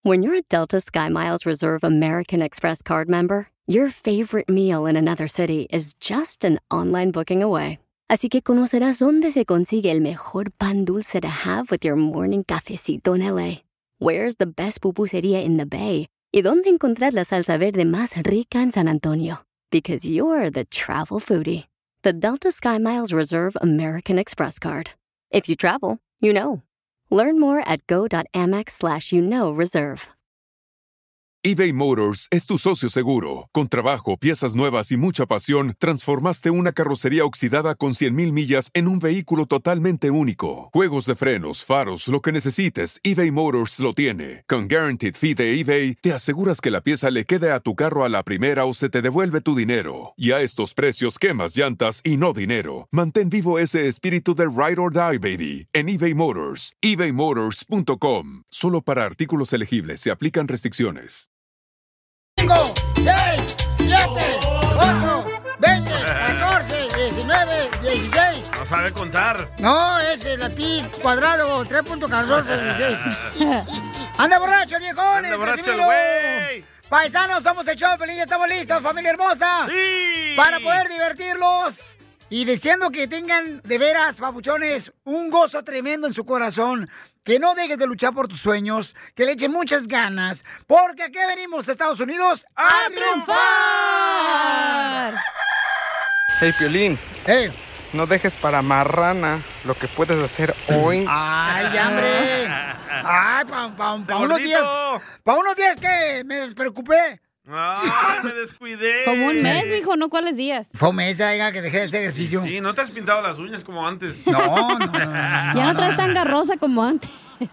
When you're a Delta SkyMiles Reserve American Express card member, your favorite meal in another city is just an online booking away. Así que conocerás dónde se consigue el mejor pan dulce to have with your morning cafecito en LA. Where's the best pupusería in the Bay? Y dónde encontrar la salsa verde más rica en San Antonio. Because you're the travel foodie. The Delta SkyMiles Reserve American Express card. If you travel, you know. Learn more at go.amex/reserve. eBay Motors es tu socio seguro. Con trabajo, piezas nuevas y mucha pasión, transformaste una carrocería oxidada con 100,000 millas en un vehículo totalmente único. Juegos de frenos, faros, lo que necesites, eBay Motors lo tiene. Con Guaranteed Fee de eBay, te aseguras que la pieza le quede a tu carro a la primera o se te devuelve tu dinero. Y a estos precios, quemas llantas y no dinero. Mantén vivo ese espíritu de Ride or Die, baby, en eBay Motors. ebaymotors.com. Solo para artículos elegibles se aplican restricciones. 5, 6, 7, 8, 20, 14, 19, 16. No sabe contar. No, es el pi cuadrado, 3.14, 16. ¡Anda borracho, viejón! ¡Anda borracho el Casimiro! güey! Paisanos, somos el show feliz, estamos listos, familia hermosa. ¡Sí! Para poder divertirlos. Y deseando que tengan, de veras, papuchones, un gozo tremendo en su corazón. Que no dejes de luchar por tus sueños. Que le echen muchas ganas. Porque aquí venimos, Estados Unidos, ¡a triunfar! Hey, Piolín. Hey. No dejes para marrana lo que puedes hacer hoy. ¡Ay, hombre! ¡Ay, pa unos días! ¡Pa unos días que me despreocupé! ¡Ay, me descuidé! Como un mes, mijo, ¿no? ¿Cuáles días? Fue un mes, oiga, que dejé de hacer ejercicio. Sí, no te has pintado las uñas como antes. No. Ya no traes tan garrosa como antes.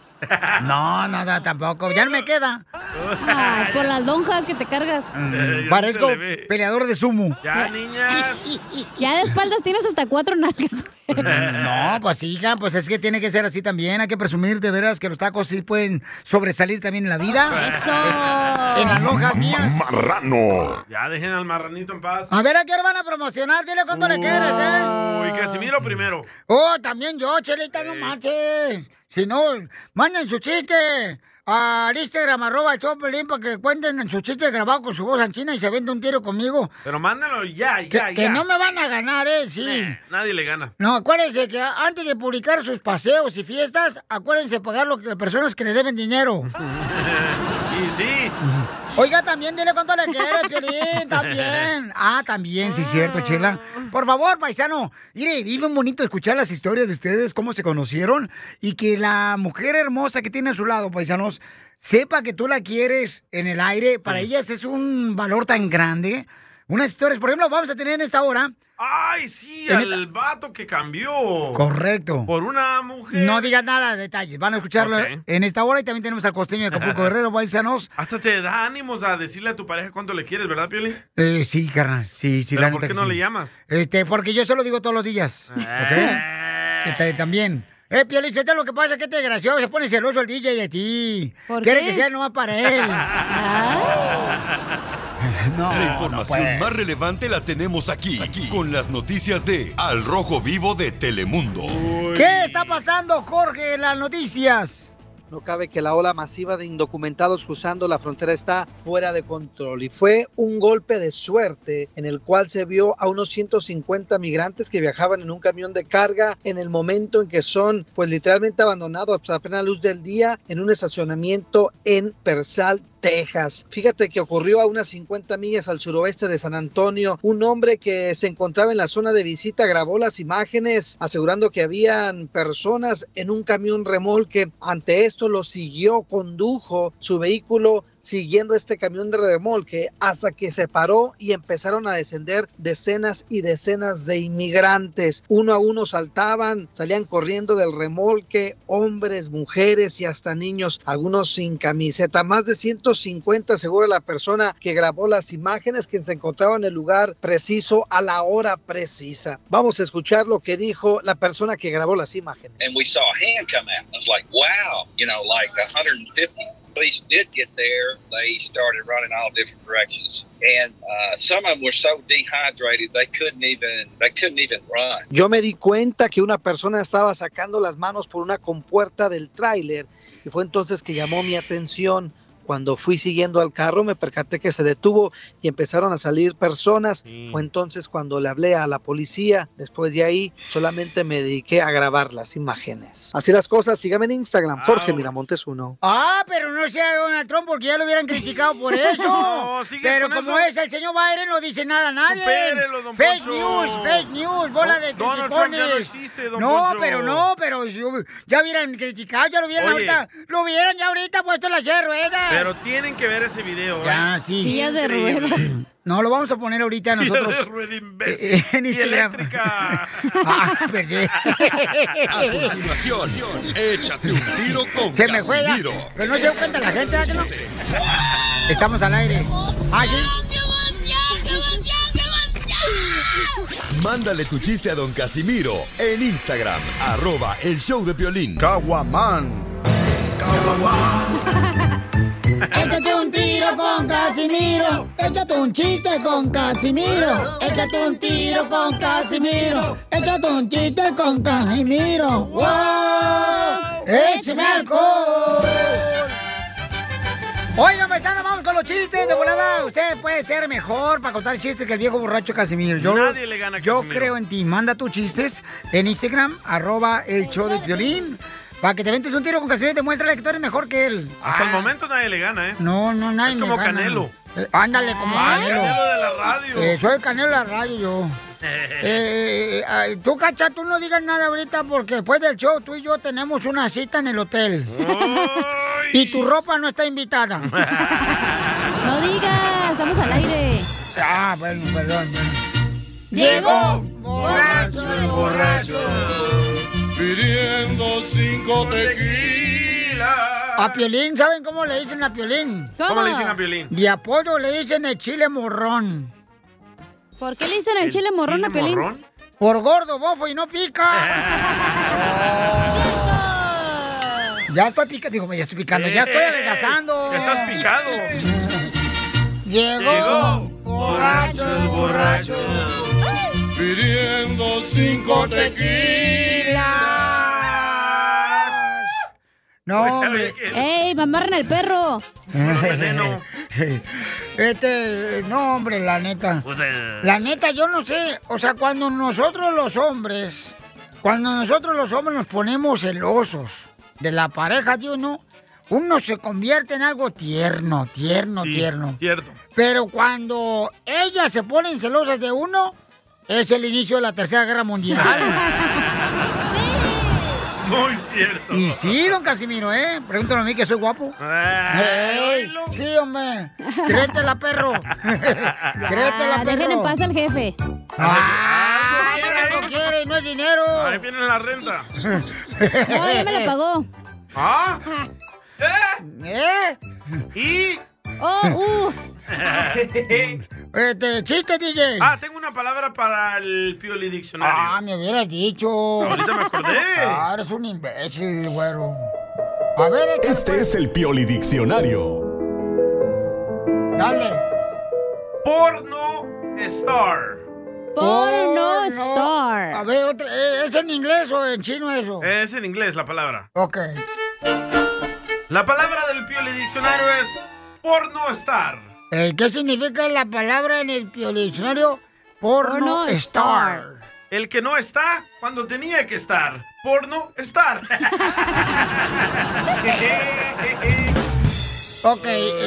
No, tampoco. Ya no me queda. Ay, por las lonjas que te cargas. Parezco peleador de sumo. Ya, niñas. Ya de espaldas tienes hasta 4 nalgas. No, pues hija, pues es que tiene que ser así también. Hay que presumir de veras que los tacos sí pueden sobresalir también en la vida. ¡Eso! En las lonjas mías. ¡Marrano! Ya dejen al marranito en paz. A ver, ¿a qué hora van a promocionar? Dile cuánto le quieres, Uy, Casimiro primero. Oh, también yo, Chelita, no manches. Si no, manden su chiste al Instagram, @Choplin, para que cuenten su chiste grabado con su voz anchina y se vende un tiro conmigo. Pero mándalo ya. Que no me van a ganar, sí. Nadie le gana. No, acuérdense que antes de publicar sus paseos y fiestas, acuérdense pagar las personas que le deben dinero. Sí. Oiga, también dile cuánto le quieres, Piolín, también. Ah, también, sí, cierto, Chela. Por favor, paisano, mire, bien bonito escuchar las historias de ustedes, cómo se conocieron, y que la mujer hermosa que tiene a su lado, paisanos, sepa que tú la quieres en el aire. Para ellas es un valor tan grande. Unas historias, por ejemplo, vamos a tener en esta hora. ¡Ay, sí! Vato que cambió. Correcto. Por una mujer. No digas nada de detalles. Van a escucharlo en esta hora. Y también tenemos al costeño de Acapulco Guerrero, paisanos. Hasta te da ánimos a decirle a tu pareja cuánto le quieres, ¿verdad, Pioli? Sí, carnal. Sí, ¿Pero por qué no le llamas? Porque yo se lo digo todos los días. ¿Ok? También. Piolín, ¿sabes lo que pasa? Que este desgraciado se pone celoso el DJ de ti. Quiere que sea nomás para él. No, la información más relevante la tenemos aquí, con las noticias de Al Rojo Vivo de Telemundo. ¿Qué está pasando, Jorge, en las noticias? No cabe que la ola masiva de indocumentados cruzando la frontera está fuera de control y fue un golpe de suerte en el cual se vio a unos 150 migrantes que viajaban en un camión de carga en el momento en que son pues literalmente abandonados a plena luz del día en un estacionamiento en Persal, Texas. Fíjate que ocurrió a unas 50 millas al suroeste de San Antonio. Un hombre que se encontraba en la zona de visita grabó las imágenes asegurando que habían personas en un camión remolque. Ante esto lo siguió, condujo su vehículo siguiendo este camión de remolque hasta que se paró y empezaron a descender decenas y decenas de inmigrantes. Uno a uno saltaban, salían corriendo del remolque, hombres, mujeres y hasta niños, algunos sin camiseta. Más de 150 asegura la persona que grabó las imágenes, quien se encontraba en el lugar preciso a la hora precisa. Vamos a escuchar lo que dijo la persona que grabó las imágenes. And we saw a hand come out. I was like, wow, like 150. Police did get there. They started running all different directions, and some of them were so dehydrated they couldn't even run. Yo me di cuenta que una persona estaba sacando las manos por una compuerta del tráiler y fue entonces que llamó mi atención. Cuando fui siguiendo al carro me percaté que se detuvo y empezaron a salir personas. Fue entonces cuando le hablé a la policía. Después de ahí solamente me dediqué a grabar las imágenes. Así las cosas, sígame en Instagram, Jorge Miramontes 1. Ah, pero no sea Donald Trump porque ya lo hubieran criticado por eso. No, sigue pero con como eso. es el señor Biden, no dice nada a nadie. Supérelo, don Fake Poncho. news, bola de Donald criticones. Trump ya no existe, don No, Poncho. pero ya hubieran criticado, ya lo hubieran Oye. ahorita, lo hubieran ya ahorita puesto en la silla de ruedas. Pero tienen que ver ese video. Ya, sí. Silla de Increíble. ruedas. No, lo vamos a poner ahorita nosotros. Silla de rueda, imbécil. En Y Instagram. eléctrica. Perdí. A continuación, échate un tiro con Se me juega. Casimiro. Pero no se dio cuenta la gente, ¿verdad que no? Estamos al aire. Ah, sí. Mándale tu chiste a don Casimiro en Instagram, @elshowdepiolín. Caguaman. Échate un tiro con Casimiro. Échate un chiste con Casimiro. Échate un tiro con Casimiro. Échate un chiste con Casimiro. ¡Wow! ¡Échame alcohol! Oigan, paisano, vamos con los chistes de volada. Usted puede ser mejor para contar chistes que el viejo borracho Casimiro. Nadie le gana a Yo Casimiro. creo en ti. Manda tus chistes en Instagram, @elshowdepiolín. Para que te ventes un tiro con Casimiro y te muestra que tú eres mejor que él. Hasta el momento nadie le gana, ¿eh? No, nadie Es me como gana. Canelo. Ándale, como Canelo. Canelo de la radio. Soy el Canelo de la radio, yo. Tú, Cacha, tú no digas nada ahorita porque después del show tú y yo tenemos una cita en el hotel. Y tu ropa no está invitada. No digas, estamos al aire. Ah, bueno, perdón. Llegó borracho el borracho. Pidiendo 5 tequilas. A Piolín, ¿saben cómo le dicen a Piolín? ¿Cómo le dicen a Piolín? De apodo le dicen el chile morrón. ¿Por qué le dicen el chile morrón a Piolín? morrón? Por gordo, bofo y no pica. Ya estoy picando, digo, ya estoy picando, ya estoy adelgazando. Ya estás picado. Llegó borracho el borracho. Pidiendo 5 tequilas. No, hombre. ¡Ey, mamarran al perro! Veneno. No, hombre, la neta. La neta, yo no sé. O sea, cuando nosotros los hombres nos ponemos celosos de la pareja de uno se convierte en algo tierno. Sí, cierto. Pero cuando ellas se ponen celosas de uno, es el inicio de la Tercera Guerra Mundial. Muy cierto. Y sí, don Casimiro, pregúntame a mí que soy guapo. Ey, sí, hombre. Créetela, perro. Créetela, perro. Dejen en paz al jefe. No quiere, no es dinero. Ahí viene la renta. No, ya me la pagó. ¿Ah? ¿Y? ¡Oh, Chiste, DJ. Tengo una palabra para el Pioli Diccionario. Me hubieras dicho. Ahorita me acordé. Eres un imbécil, güero. A ver, Este es el Pioli Diccionario. Dale. Porno star. Porno star. A ver, ¿es en inglés o en chino eso? Es en inglés la palabra. Ok. La palabra del Pioli Diccionario es porno star. ¿Qué significa la palabra en el Diccionario? Porno star. El que no está cuando tenía que estar. Porno star. Ok,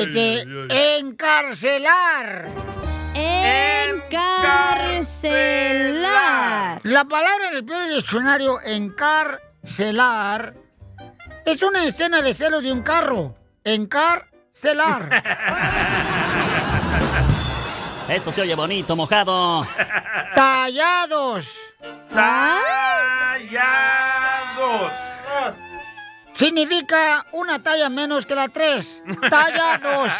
encarcelar. Encarcelar. La palabra en el Diccionario encarcelar es una escena de celos de un carro. Encarcelar. Esto se oye bonito, mojado. Tallados. Tallados. Significa una talla menos que la 3. Tallados.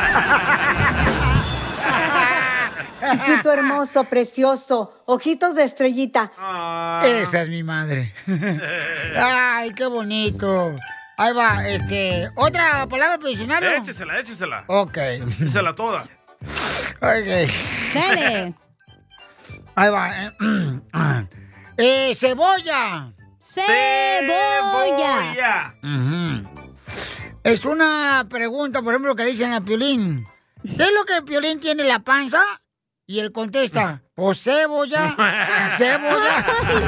Chiquito hermoso, precioso, ojitos de estrellita. Esa es mi madre. Ay, qué bonito. Ahí va, ¿otra palabra para el diccionario? Échesela. Ok. Échesela toda. Ok. Dale. Ahí va. Cebolla. Cebolla. Es una pregunta, por ejemplo, que dicen a Piolín. ¿Qué es lo que Piolín tiene en la panza? Y él contesta, pues cebolla, cebolla.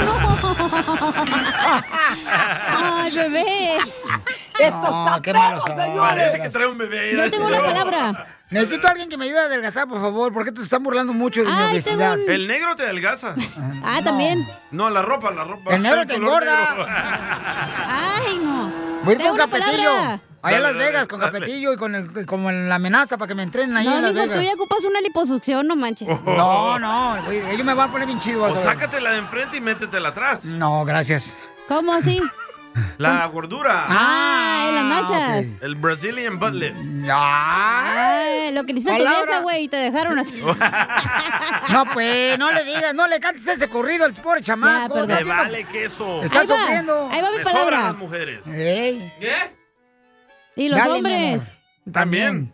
Ay, bebé. No, qué malo son. Parece que trae un bebé. Yo tengo una palabra. Necesito a alguien que me ayude a adelgazar, por favor, porque te están burlando mucho de mi obesidad. El negro te adelgaza. Ah, también. No, la ropa. El negro te color engorda. negro. Ay, no. Voy a ir Tengo con una Capetillo. palabra. Allá en Las Dale, Vegas, con dale. Capetillo y como en la amenaza para que me entrenen ahí No, en Las mijo, Vegas. tú ya ocupas una liposucción, no manches. No, güey, ellos me van a poner bien chido. O vas a ver. sácatela de enfrente y métetela atrás. No, gracias. ¿Cómo así? La gordura. Ah, en las nachas. ok. El Brazilian butt lift. Ay, lo que le hice a tu Palabra. vieja, güey, y te dejaron así. No, pues, no le digas, no le cantes ese corrido al pobre chamaco. perdón. Me Tantito. vale queso. Está Ahí va, sufriendo. ahí va mi Me sobran palabra. las mujeres. Ey, ¿Qué? Y los dale, mi hombres. amor. También.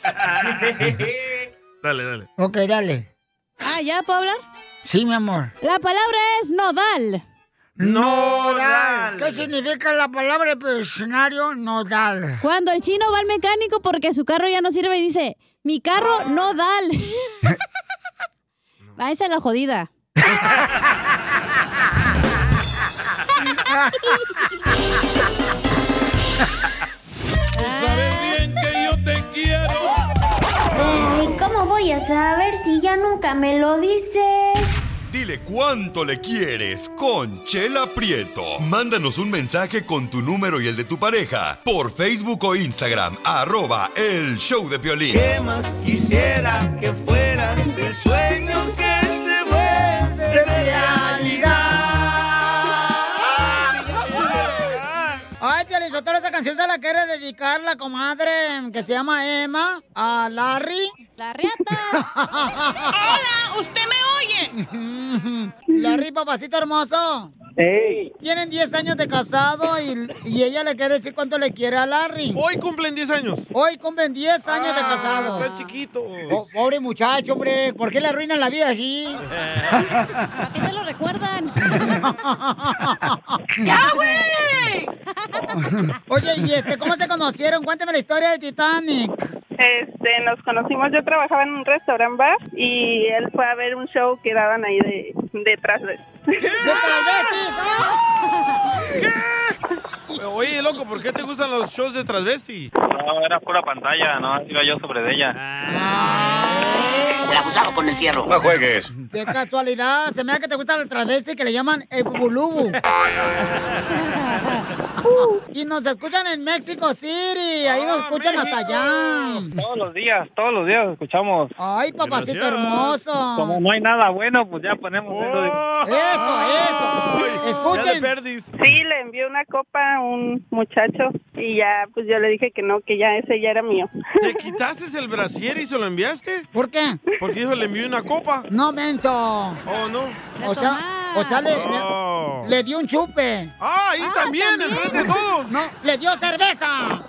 Dale. Ok, dale. Ah, ¿ya puedo hablar? Sí, mi amor. La palabra es nodal. Nodal. ¿Qué significa la palabra del diccionario nodal? Cuando el chino va al mecánico porque su carro ya no sirve y dice, mi carro nodal. Va, esa es la jodida. Sabes bien que yo te quiero. Ay, ¿cómo voy a saber si ya nunca me lo dices? Dile cuánto le quieres con Chela Prieto. Mándanos un mensaje con tu número y el de tu pareja por Facebook o Instagram, @El Show de Piolín. ¿Qué más quisiera que fueras el sueño que se vuelve realidad? Ay, Piolizotero, esta canción se la quiere dedicar la comadre que se llama Emma a Larry. La riata. Hola, ¿usted me oye? Larry, papacito hermoso. Hey. Tienen 10 años de casado y ella le quiere decir cuánto le quiere a Larry. Hoy cumplen 10 años. Hoy cumplen 10 años de casado. Está chiquito. Pobre muchacho, hombre. ¿Por qué le arruinan la vida así? ¿Para qué se lo recuerdan? ¡Ya, güey! Oye, ¿y cómo se conocieron? Cuéntame la historia del Titanic. Nos conocimos, yo trabajaba en un restaurant bar y él fue a ver un show que daban ahí de transvestis. ¡De transvestis! Oye, loco, ¿por qué te gustan los shows de transvesti? No, era pura pantalla, no iba yo sobre de ella. Te la acusaba con el fierro. No juegues. De casualidad, se me da que te gusta el transvesti que le llaman el bubulubu. Y nos escuchan en México City, ahí nos escuchan hasta allá. Todos los días escuchamos. Ay, papacito Gracias. hermoso. Como no hay nada bueno, pues ya ponemos eso. Eso. Escuchen. Sí, le envié una copa a un muchacho y ya, pues yo le dije que no, que ya ese ya era mío. ¿Te quitaste el brasier y se lo enviaste? ¿Por qué? Porque dijo, le envió una copa. No, menso. Oh, no. O sea, le dio un chupe. Ah, ahí también, enfrente de todos. No, le dio cerveza.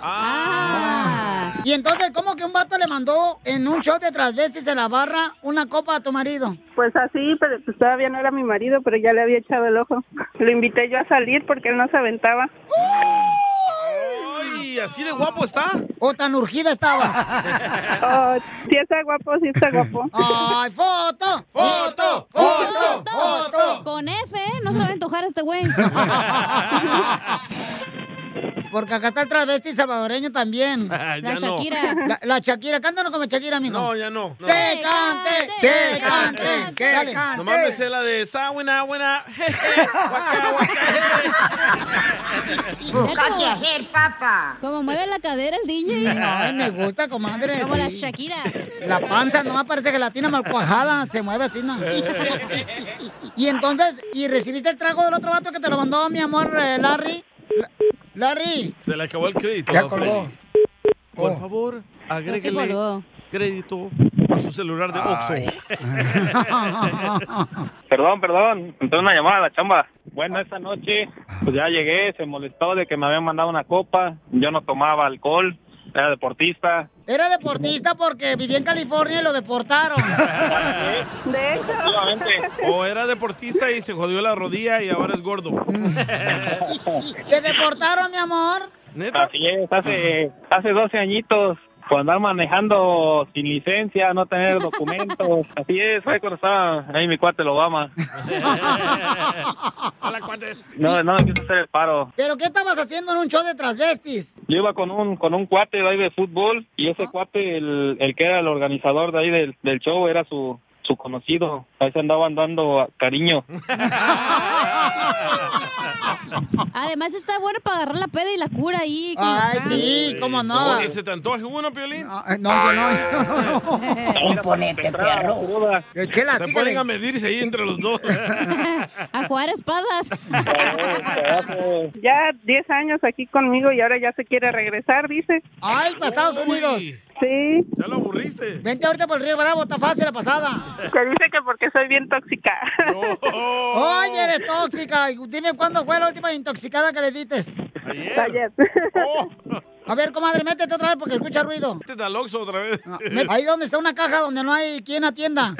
Y entonces, ¿cómo que un vato le mandó en un show de transvestis en la barra una copa a tu marido? Pues así, pero pues todavía no era mi marido, pero ya le había echado el ojo. Lo invité yo a salir porque él no se aventaba. Ay, ¿así de guapo está? ¿O tan urgida estaba? Oh, sí está guapo, sí está guapo. ¡Ay, foto! ¡Foto! ¡Foto! ¡Foto! Con F, ¿eh? No se lo va a antojar a este güey. Porque acá está el travesti salvadoreño también. Ya La no. Shakira. La Shakira, cántanos como Shakira, mijo. No, ya no. no. ¡Que cante! ¡Que cante! ¡Que Dale. cante! Nomás me sé la de esa buena, jeje, guaca, Busca qué hacer, papá. Como mueve la cadera el DJ. No, me gusta, comadre. Como la sí. Shakira. La panza nomás parece gelatina mal cuajada. Se mueve así, ¿no? Y entonces, ¿y recibiste el trago del otro vato que te lo mandó, mi amor, Larry? Larry. Se le acabó el crédito. Ya a colgó. Freddy. Por favor, agréguele crédito a su celular de Oxxo. Perdón, entró una llamada a la chamba. Bueno, esta noche, pues ya llegué, se molestó de que me habían mandado una copa. Yo no tomaba alcohol, era deportista. Era deportista porque vivía en California y lo deportaron. De hecho. O era deportista y se jodió la rodilla y ahora es gordo. ¿Te deportaron, mi amor? ¿Neta? Así es, hace 12 añitos, por andar manejando sin licencia, no tener documentos. Así es, fue cuando estaba ahí mi cuate el Obama. Hola, cuates. No me quiso hacer el paro. ¿Pero qué estabas haciendo en un show de transvestis? Yo iba con un cuate de ahí de fútbol y ese cuate, el que era el organizador de ahí del show, era su conocido. Ahí se andaban dando cariño. Además está bueno para agarrar la peda y la cura ahí. Ay, sí, cómo no. ¿Y se te antoja uno, Piolín? No. Imponente, perro. Chela, se ponen a medirse ahí entre los dos. A jugar espadas. Ya 10 años aquí conmigo y ahora ya se quiere regresar, dice. Ay, para Estados Unidos. Sí. Ya lo aburriste. Vente ahorita por el Río Bravo, está fácil la pasada. Que dice que porque soy bien tóxica. Oye, eres tóxica. Dime cuándo fue la última intoxicada que le dites. Ayer. A ver, comadre, métete otra vez porque escucha ruido. Métete al Oxxo otra vez. Ahí donde está una caja donde no hay quien atienda.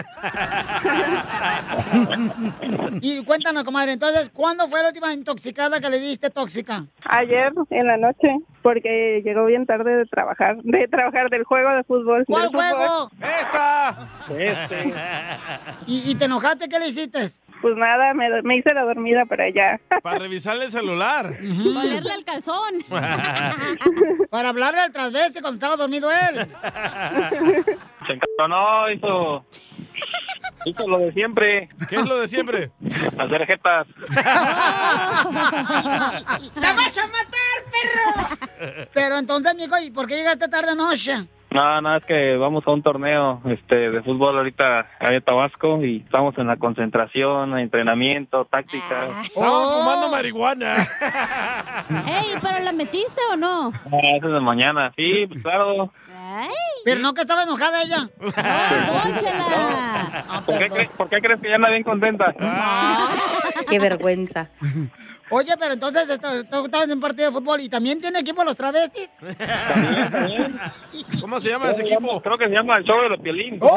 Y cuéntanos, comadre, entonces, ¿cuándo fue la última intoxicada que le diste tóxica? Ayer en la noche, porque llegó bien tarde de trabajar del juego de fútbol. ¿Cuál juego? ¡Esta! ¿Y te enojaste? ¿Qué le hiciste? Pues nada, me hice la dormida para allá. Para revisarle el celular. Ponerle el calzón. Para hablarle al transvesti cuando estaba dormido él. Se encabronó, hizo lo de siempre. ¿Qué es lo de siempre? Hacer jetas. ¡La vas a matar, perro! Pero entonces, mijo, ¿y por qué llegaste tarde anoche? No, es que vamos a un torneo de fútbol ahorita allá en Tabasco y estamos en la concentración, entrenamiento, táctica. Estamos fumando marihuana. Ey, ¿pero la metiste o no? Eso es de mañana, sí, pues claro. Ay. Pero no que estaba enojada ella. ¡Pónchela! ¿Por qué crees que ya anda bien contenta? Qué vergüenza. Oye, pero entonces tú estabas en un partido de fútbol y también tiene equipo los travestis. También. ¿Cómo se llama ese equipo? Creo que se llama el show de los Piolín. ¡Oh!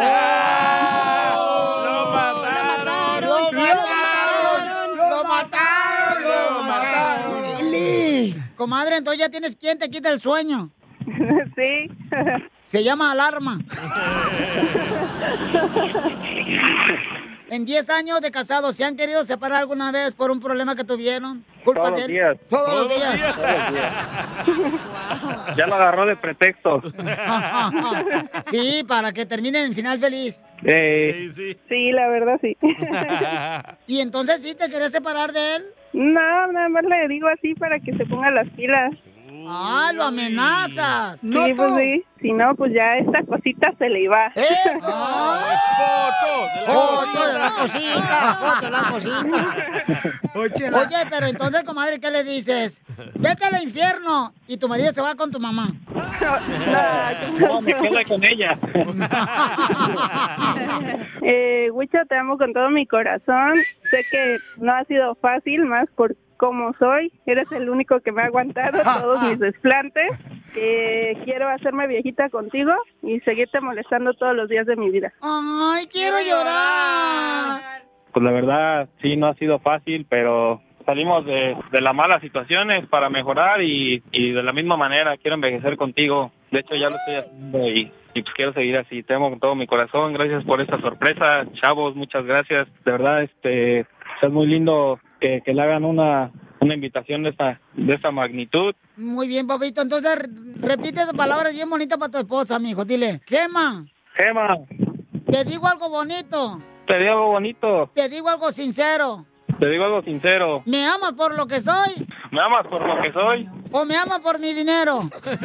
¡Lo mataron! ¡Lo mataron! Comadre, entonces ya tienes quien te quita el sueño. Sí. Se llama alarma. En 10 años de casados, ¿se han querido separar alguna vez por un problema que tuvieron? ¿Culpa de él? Todos los días. Ya lo agarró de pretexto. Sí, para que terminen en final feliz. Sí, la verdad sí. ¿Y entonces sí te querés separar de él? No, nada más le digo así para que se ponga las pilas. ¡Ah, lo amenazas! Sí, pues sí. Si no, pues ya esta cosita se le iba. ¡Eso! ¡Foto de la cosita! ¡Foto de la cosita! Oye, pero entonces, comadre, ¿qué le dices? ¡Vete al infierno! Y tu marido se va con tu mamá. No, me quedo con ella. Huicho, te amo con todo mi corazón. Sé que no ha sido fácil, más por cómo soy. Eres el único que me ha aguantado todos mis desplantes. Quiero hacerme viejita contigo y seguirte molestando todos los días de mi vida. ¡Ay, quiero llorar! Pues la verdad, sí, no ha sido fácil, pero salimos de las malas situaciones para mejorar y de la misma manera quiero envejecer contigo. De hecho, ya lo estoy haciendo y pues quiero seguir así. Te amo con todo mi corazón. Gracias por esta sorpresa, chavos. Muchas gracias. De verdad, es muy lindo que le hagan una invitación de esta magnitud. Muy bien, papito. Entonces, repite tus palabras bien bonitas para tu esposa, mijo. Dile, Gema. Gema. Te digo algo bonito. Te digo algo bonito. Te digo algo sincero. Te digo algo sincero. ¿Me amas por lo que soy? ¿Me amas por lo que soy? ¿O me amas por mi dinero?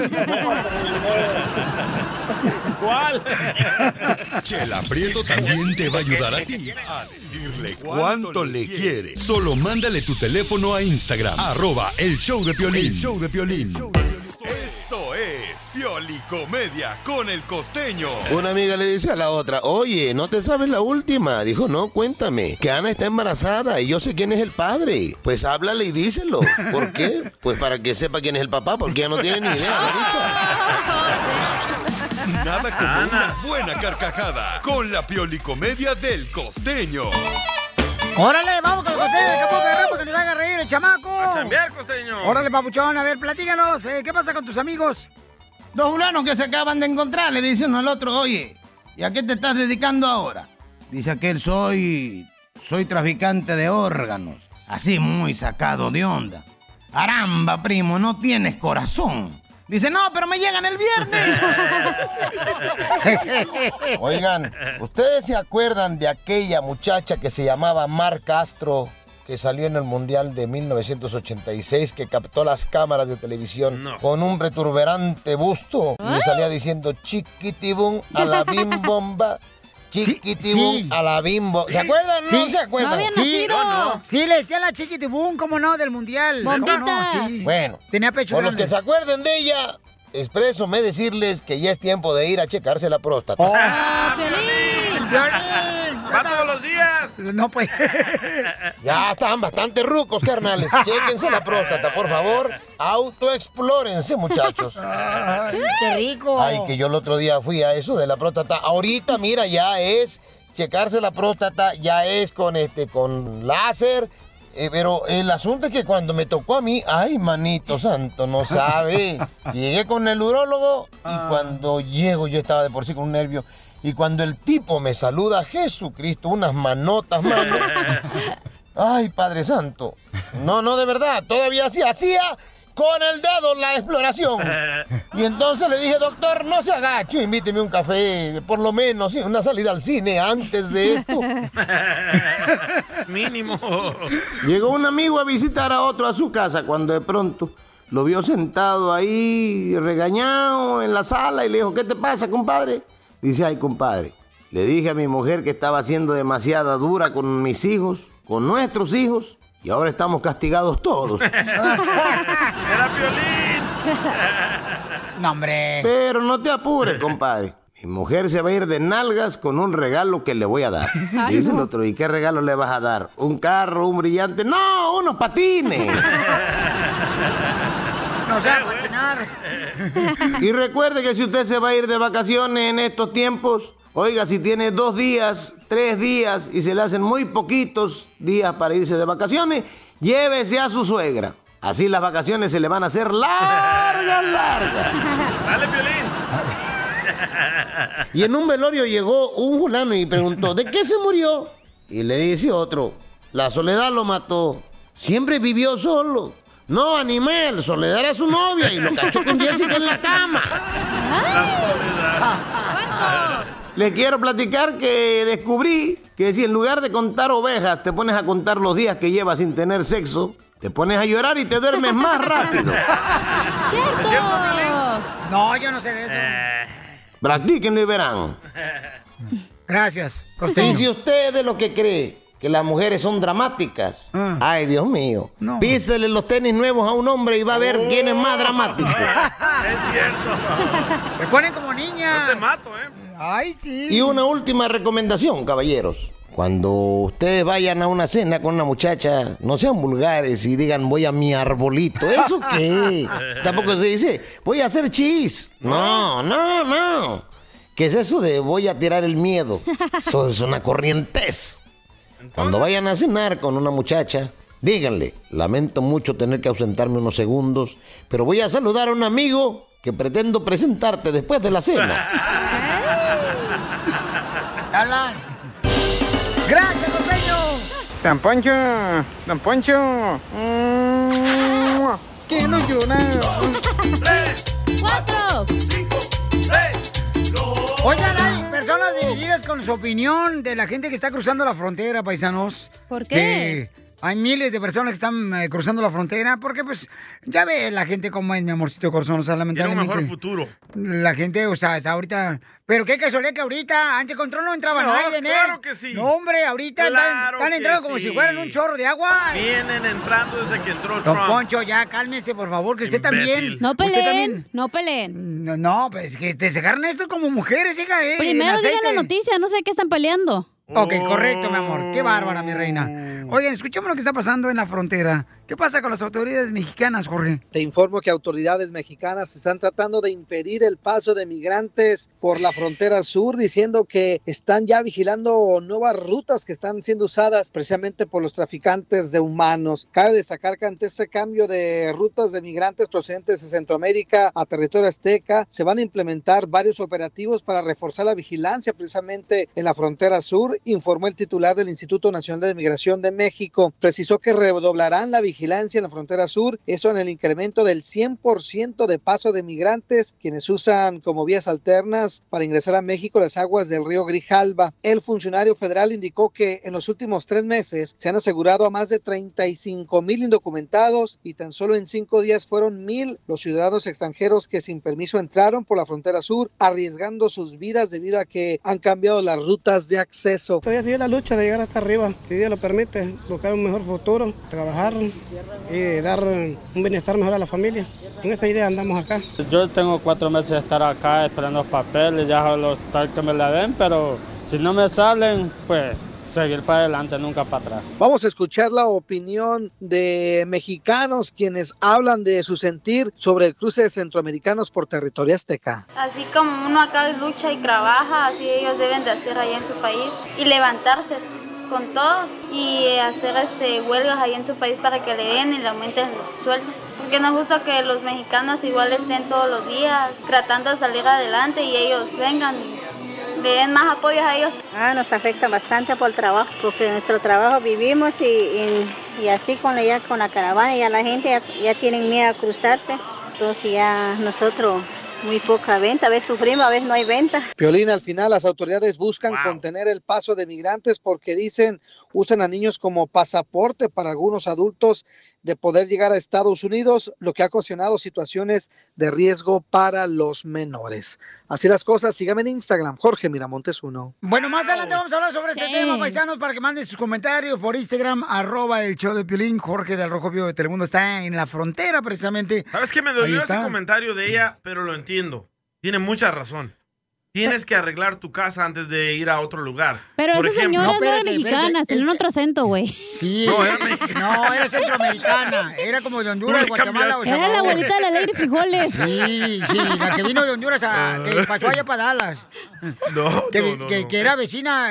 ¿Cuál? Chela Prieto también te va a ayudar a ti a decirle cuánto le quiere. Solo mándale tu teléfono a Instagram, @elshowdepiolín. El show de Piolín. Esto es Piolicomedia con el Costeño. Una amiga le dice a la otra, oye, ¿no te sabes la última? Dijo, no, cuéntame, que Ana está embarazada y yo sé quién es el padre. Pues háblale y díselo. ¿Por qué? Pues para que sepa quién es el papá, porque ya no tiene ni idea ahorita. Nada como una buena carcajada con la Piolicomedia del Costeño. Órale, vamos con el costeño de Acapulco Guerrero para que nos haga reír el chamaco. A chambear, costeño. Órale, papuchón, a ver, platícanos, ¿qué pasa con tus amigos? Dos fulanos que se acaban de encontrar, le dice uno al otro, oye, ¿y a qué te estás dedicando ahora? Dice aquel, soy traficante de órganos, así muy sacado de onda. Caramba, primo, no tienes corazón. Dice, no, pero me llegan el viernes. Oigan, ¿ustedes se acuerdan de aquella muchacha que se llamaba Mar Castro, que salió en el Mundial de 1986, que captó las cámaras de televisión con un retuberante busto y salía diciendo chiquitibum a la bim bomba? Chiquitibum a la bimbo. ¿Se acuerdan? Sí. ¿No se acuerdan? No había nacido. Sí, le decían la chiquitibum, ¿cómo no? Del mundial. Bombita. ¿Cómo no? Sí. Bueno, tenía pecho por los grande. que se acuerden de ella, expresome decirles que ya es tiempo de ir a checarse la próstata. ¡Oh, Piolín! Piolín! ¡Va todos los días! No, pues. Ya están bastante rucos, carnales. Chéquense la próstata, por favor. Autoexplórense, muchachos. Ay, qué rico. Ay, que yo el otro día fui a eso de la próstata. Ahorita, mira, ya es checarse la próstata, ya es con láser. Pero el asunto es que cuando me tocó a mí, ay, manito santo, no sabe. Llegué con el urólogo y cuando llego yo estaba de por sí con un nervio. Y cuando el tipo me saluda, Jesucristo, unas manotas, mano. Ay, Padre Santo. No, de verdad, todavía hacía con el dedo la exploración. Y entonces le dije, doctor, no se agache, invíteme un café, por lo menos, una salida al cine antes de esto. Mínimo. Llegó un amigo a visitar a otro a su casa cuando de pronto lo vio sentado ahí, regañado en la sala y le dijo, ¿qué te pasa, compadre? Dice, ay, compadre, le dije a mi mujer que estaba siendo demasiado dura con mis hijos, con nuestros hijos, y ahora estamos castigados todos. ¡Era Piolín! No, hombre. Pero no te apures, compadre. Mi mujer se va a ir de nalgas con un regalo que le voy a dar. Ay, Dice no. el otro, ¿y qué regalo le vas a dar? ¿Un carro, un brillante? ¡No, unos patines! No sabe patinar. Y recuerde que si usted se va a ir de vacaciones en estos tiempos, oiga, si tiene 2 días, 3 días y se le hacen muy poquitos días para irse de vacaciones, llévese a su suegra. Así las vacaciones se le van a hacer largas. ¡Dale, Piolín! Y en un velorio llegó un fulano y preguntó, ¿de qué se murió? Y le dice otro, la soledad lo mató. Siempre vivió solo. No, animal, Soledad era su novia y lo cachó con Jessica en la cama. La soledad. Le quiero platicar que descubrí que si en lugar de contar ovejas te pones a contar los días que llevas sin tener sexo, te pones a llorar y te duermes más rápido. ¡Cierto! No, yo no sé de eso. Practíquenlo y verán. Gracias, Y costeño. si usted es de lo que cree que las mujeres son dramáticas, ay, Dios mío, No. písele los tenis nuevos a un hombre y va a ver quién es más dramático. Es cierto. Me ponen como niña. No te mato, ¿eh? Ay, sí. Y una última recomendación, caballeros. Cuando ustedes vayan a una cena con una muchacha, no sean vulgares y digan voy a mi arbolito. ¿Eso qué? Tampoco se dice voy a hacer chis. No. ¿Qué es eso de voy a tirar el miedo? Eso es una corrientez. Cuando vayan a cenar con una muchacha, díganle, lamento mucho tener que ausentarme unos segundos, pero voy a saludar a un amigo que pretendo presentarte después de la cena. Hablan. Gracias, costeño. Don Poncho. Que no llora. 3, 4, 5, 6. Oigan, hay personas divididas con su opinión de la gente que está cruzando la frontera, paisanos. ¿Por qué? Hay miles de personas que están cruzando la frontera porque, pues, ya ve la gente como es, mi amorcito corazón, o sea, Tiene un lamentablemente. mejor futuro. La gente, o sea, está ahorita... Pero qué casualidad que ahorita, antes control no entraba No, nadie, ¿eh? claro que sí. No, hombre, ahorita Claro están que entrando como sí. si fueran un chorro de agua. Vienen entrando desde que entró Don Trump. Poncho, ya cálmese, por favor, que usted Imbécil. también. No Usted peleen, también. no peleen. No, pues que te se agarran esto como mujeres, hija, Primero en digan la aceite. noticia, no sé qué están peleando. Ok, correcto, mi amor. Qué bárbara, mi reina. Oigan, escuchemos lo que está pasando en la frontera. ¿Qué pasa con las autoridades mexicanas, Jorge? Te informo que autoridades mexicanas están tratando de impedir el paso de migrantes por la frontera sur, diciendo que están ya vigilando nuevas rutas que están siendo usadas precisamente por los traficantes de humanos. Cabe destacar que ante este cambio de rutas de migrantes procedentes de Centroamérica a territorio azteca, se van a implementar varios operativos para reforzar la vigilancia precisamente en la frontera sur, informó el titular del Instituto Nacional de Migración de México. Precisó que redoblarán la vigilancia en la frontera sur, eso en el incremento del 100% de paso de migrantes, quienes usan como vías alternas para ingresar a México las aguas del río Grijalba. El funcionario federal indicó que en los últimos 3 meses se han asegurado a más de 35,000 indocumentados y tan solo en 5 días fueron 1,000 los ciudadanos extranjeros que sin permiso entraron por la frontera sur, arriesgando sus vidas debido a que han cambiado las rutas de acceso. Todavía sigue la lucha de llegar hasta arriba, si Dios lo permite, buscar un mejor futuro, trabajar y dar un bienestar mejor a la familia. Con esa idea andamos acá. Yo tengo 4 meses de estar acá esperando los papeles, ya solo estar que me la den, pero si no me salen, pues seguir para adelante, nunca para atrás. Vamos a escuchar la opinión de mexicanos quienes hablan de su sentir sobre el cruce de centroamericanos por territorio azteca. Así como uno acá lucha y trabaja, así ellos deben de hacer allá en su país y levantarse con todos y hacer huelgas ahí en su país para que le den y le aumenten el sueldo. Porque nos gusta que los mexicanos igual estén todos los días tratando de salir adelante y ellos vengan y le den más apoyo a ellos. Nos afecta bastante por el trabajo, porque en nuestro trabajo vivimos y así con la caravana ya la gente ya tienen miedo a cruzarse, entonces ya nosotros muy poca venta, a veces sufrimos, a veces no hay venta. Piolín, al final las autoridades buscan contener el paso de migrantes porque dicen usan a niños como pasaporte para algunos adultos de poder llegar a Estados Unidos, lo que ha ocasionado situaciones de riesgo para los menores. Así las cosas, síganme en Instagram, Jorge Miramontes 1. Bueno, más adelante vamos a hablar sobre este tema, paisanos, para que manden sus comentarios por Instagram, @el show de Piolín. Jorge del Rojo Vivo de Telemundo está en la frontera, precisamente. ¿Sabes qué? Me dolió ese comentario de ella, pero lo entiendo. Tiene mucha razón. Tienes que arreglar tu casa antes de ir a otro lugar. Pero esa señora no era mexicana, tenía otro acento, güey. Sí, no, era centroamericana. Era como de Honduras, Guatemala o Era la abuelita de la Alegre Frijoles. Sí, la que vino de Honduras, que pasó allá para Dallas. No. Que era vecina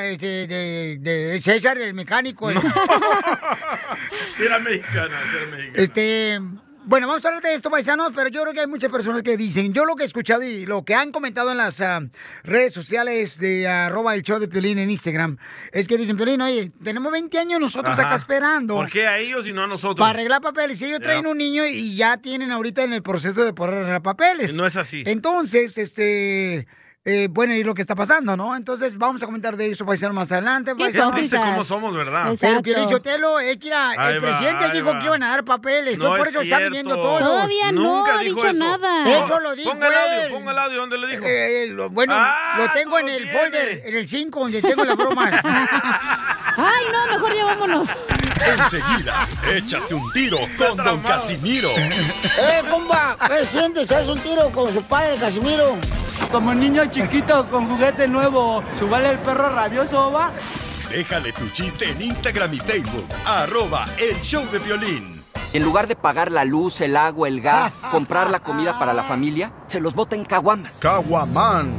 de César, el mecánico. Era mexicana. Bueno, vamos a hablar de esto, paisanos, pero yo creo que hay muchas personas que dicen, yo lo que he escuchado y lo que han comentado en las redes sociales de @el show de Piolín en Instagram, es que dicen, Piolín, oye, tenemos 20 años nosotros acá esperando. ¿Por qué a ellos y no a nosotros? Para arreglar papeles. Y ellos traen un niño y ya tienen ahorita en el proceso de poder arreglar papeles. No es así. Entonces, bueno, y lo que está pasando, ¿no? Entonces, vamos a comentar de eso, paisano, más adelante. Ya viste cómo somos, ¿verdad? Pero Piolín Sotelo, el presidente dijo que iban a dar papeles. No por eso está viniendo todo. Todavía no ha dicho nada. Eso lo dijo Ponga el audio, ¿dónde lo dijo? Lo tengo en el folder, en el 5, donde tengo las bromas. Ay, no, mejor ya vámonos. Enseguida, échate un tiro con Don Casimiro. Compa, ¿qué sientes? ¿Haz un tiro con su padre, Casimiro? Como niño chiquito con juguete nuevo, ¿subale el perro rabioso, va? Déjale tu chiste en Instagram y Facebook, @el show de Piolín. En lugar de pagar la luz, el agua, el gas, comprar la comida para la familia, se los bota en caguamas. Caguamán.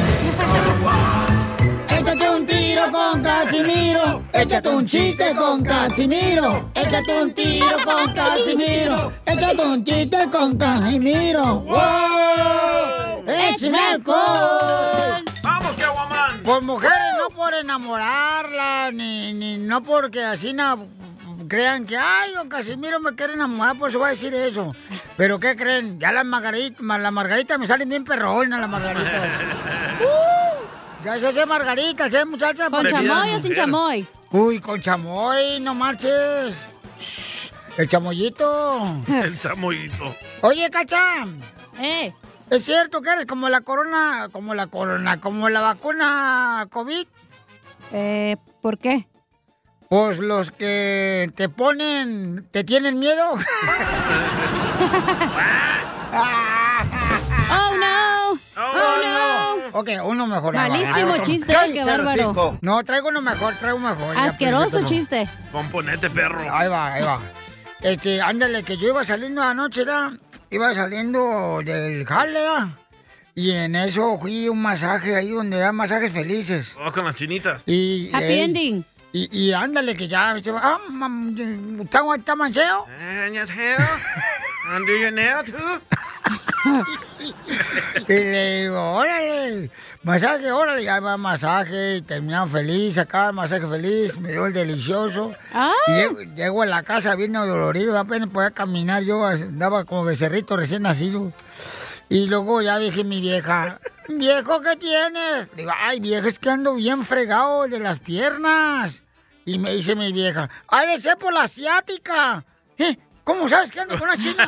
Échate un tiro con Casimiro. Échate un chiste con Casimiro. Échate un tiro con Casimiro. Échate un chiste con Casimiro. ¡Wow! ¡Échame alcohol! ¡Vamos, Caguamán! Por mujeres, no por enamorarla, ni no porque así crean que, ay, don Casimiro me quiere enamorar, por eso va a decir eso. Pero ¿qué creen? Ya las margaritas me salen bien perronas, las margaritas. Ya se hace margaritas, muchachas. ¿Con chamoy o sin chamoy? Uy, con chamoy, no marches. El chamoyito. El chamoyito. Oye, Cacha. ¿Es cierto que eres como la vacuna COVID? ¿Por qué? Pues los que te tienen miedo. Oh, no. Oh, no. Ok, uno mejor. Malísimo chiste, qué bárbaro. No, traigo uno mejor. Asqueroso chiste. Componente, perro. Ahí va. Ándale, que yo iba saliendo anoche, ¿da? Iba saliendo del jale, ¿da? Y en eso fui a un masaje ahí donde dan masajes felices. Oh, con las chinitas. Y, Happy ending. Y ándale, que ya... ¿Está manseo? And do your nail too? Y le digo, órale, masaje, órale, ya va masaje, y terminamos feliz, acá masaje feliz, me dio el delicioso. Y llego a la casa bien dolorido, apenas podía caminar, yo andaba como becerrito recién nacido. Y luego ya dije mi vieja, viejo, ¿qué tienes? Digo, ay, vieja, es que ando bien fregado de las piernas. Y me dice mi vieja, ¡ay, de ser por la asiática! ¿Cómo sabes que ando con una china?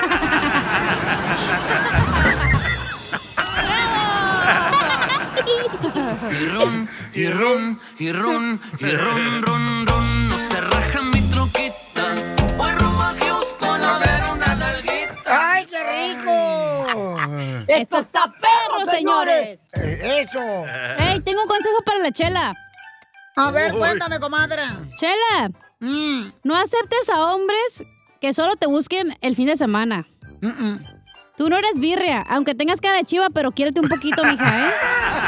Y ron, y ron, y ron, y ron, ron, ron. No se raja mi troquita. Voy rumbo a Houston a ver una nalguita. ¡Ay, qué rico! ¡Esto está perro, señores! ¡Eso! ¡Ey, tengo un consejo para la Chela! A ver, cuéntame, comadre. Chela, no aceptes a hombres que solo te busquen el fin de semana. Tú no eres birria, aunque tengas cara de chiva, pero quiérete un poquito, mija, ¿eh?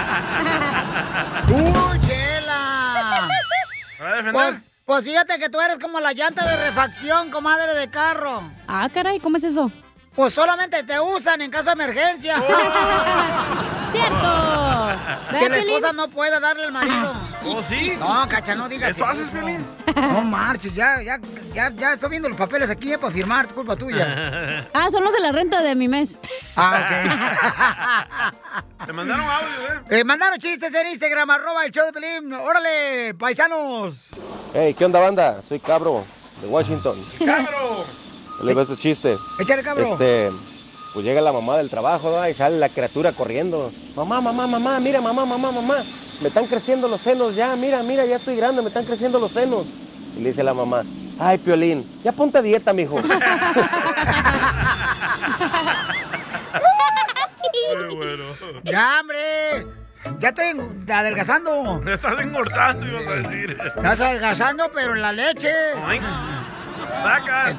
¡Uy, Chela! Pues fíjate que tú eres como la llanta de refacción, comadre de carro. Ah, caray, ¿cómo es eso? Pues solamente te usan en caso de emergencia. ¡Cierto! Que la esposa no pueda darle al marido. ¿Oh, sí? No, Cacha, no digas ¿Eso haces, Piolín? No marches, ya estoy viendo los papeles aquí para firmar, culpa tuya. Son los de la renta de mi mes. Ok. Te mandaron audio, mandaron chistes en Instagram, @el show de Piolín. ¡Órale, paisanos! Hey, ¿qué onda, banda? Soy Cabro, de Washington. ¡Cabro! Le veo este chiste. Échale, Cabro. Pues llega la mamá del trabajo, ¿no? Y sale la criatura corriendo. Mamá, mira, mamá. Me están creciendo los senos ya, mira, ya estoy grande, me están creciendo los senos. Y le dice la mamá, ay, Piolín, ya ponte a dieta, mijo. Muy bueno. ¡Ya, hombre! Ya estoy adelgazando. Te estás engordando, ibas a decir. Estás adelgazando, pero en la leche. Ay. Sacas.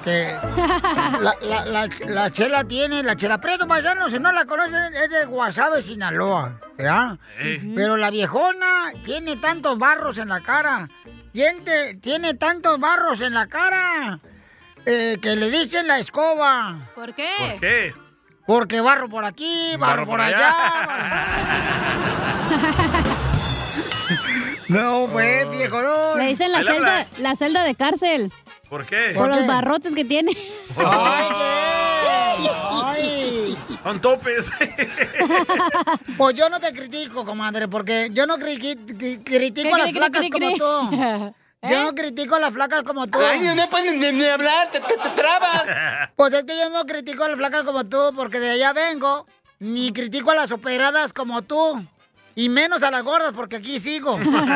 La Chela tiene, la Chela Prieto, paisano, si no la conocen, es de Guasave, Sinaloa, ¿ya? Pero la viejona tiene tantos barros en la cara, tiene tantos barros en la cara, que le dicen la escoba. ¿Por qué? ¿Por qué? Porque barro por aquí, barro por allá. No, pues, viejo, Le dicen la celda de cárcel. ¿Por qué? Por los barrotes que tiene. ¡Ay! Con topes. Pues yo no te critico, comadre, porque yo no critico a las flacas como tú. Yo no critico a las flacas como tú. Ay, no puedes ni hablar, te trabas. Pues es que yo no critico a las flacas como tú, porque de allá vengo. Ni critico a las operadas como tú. Y menos a las gordas, porque aquí sigo.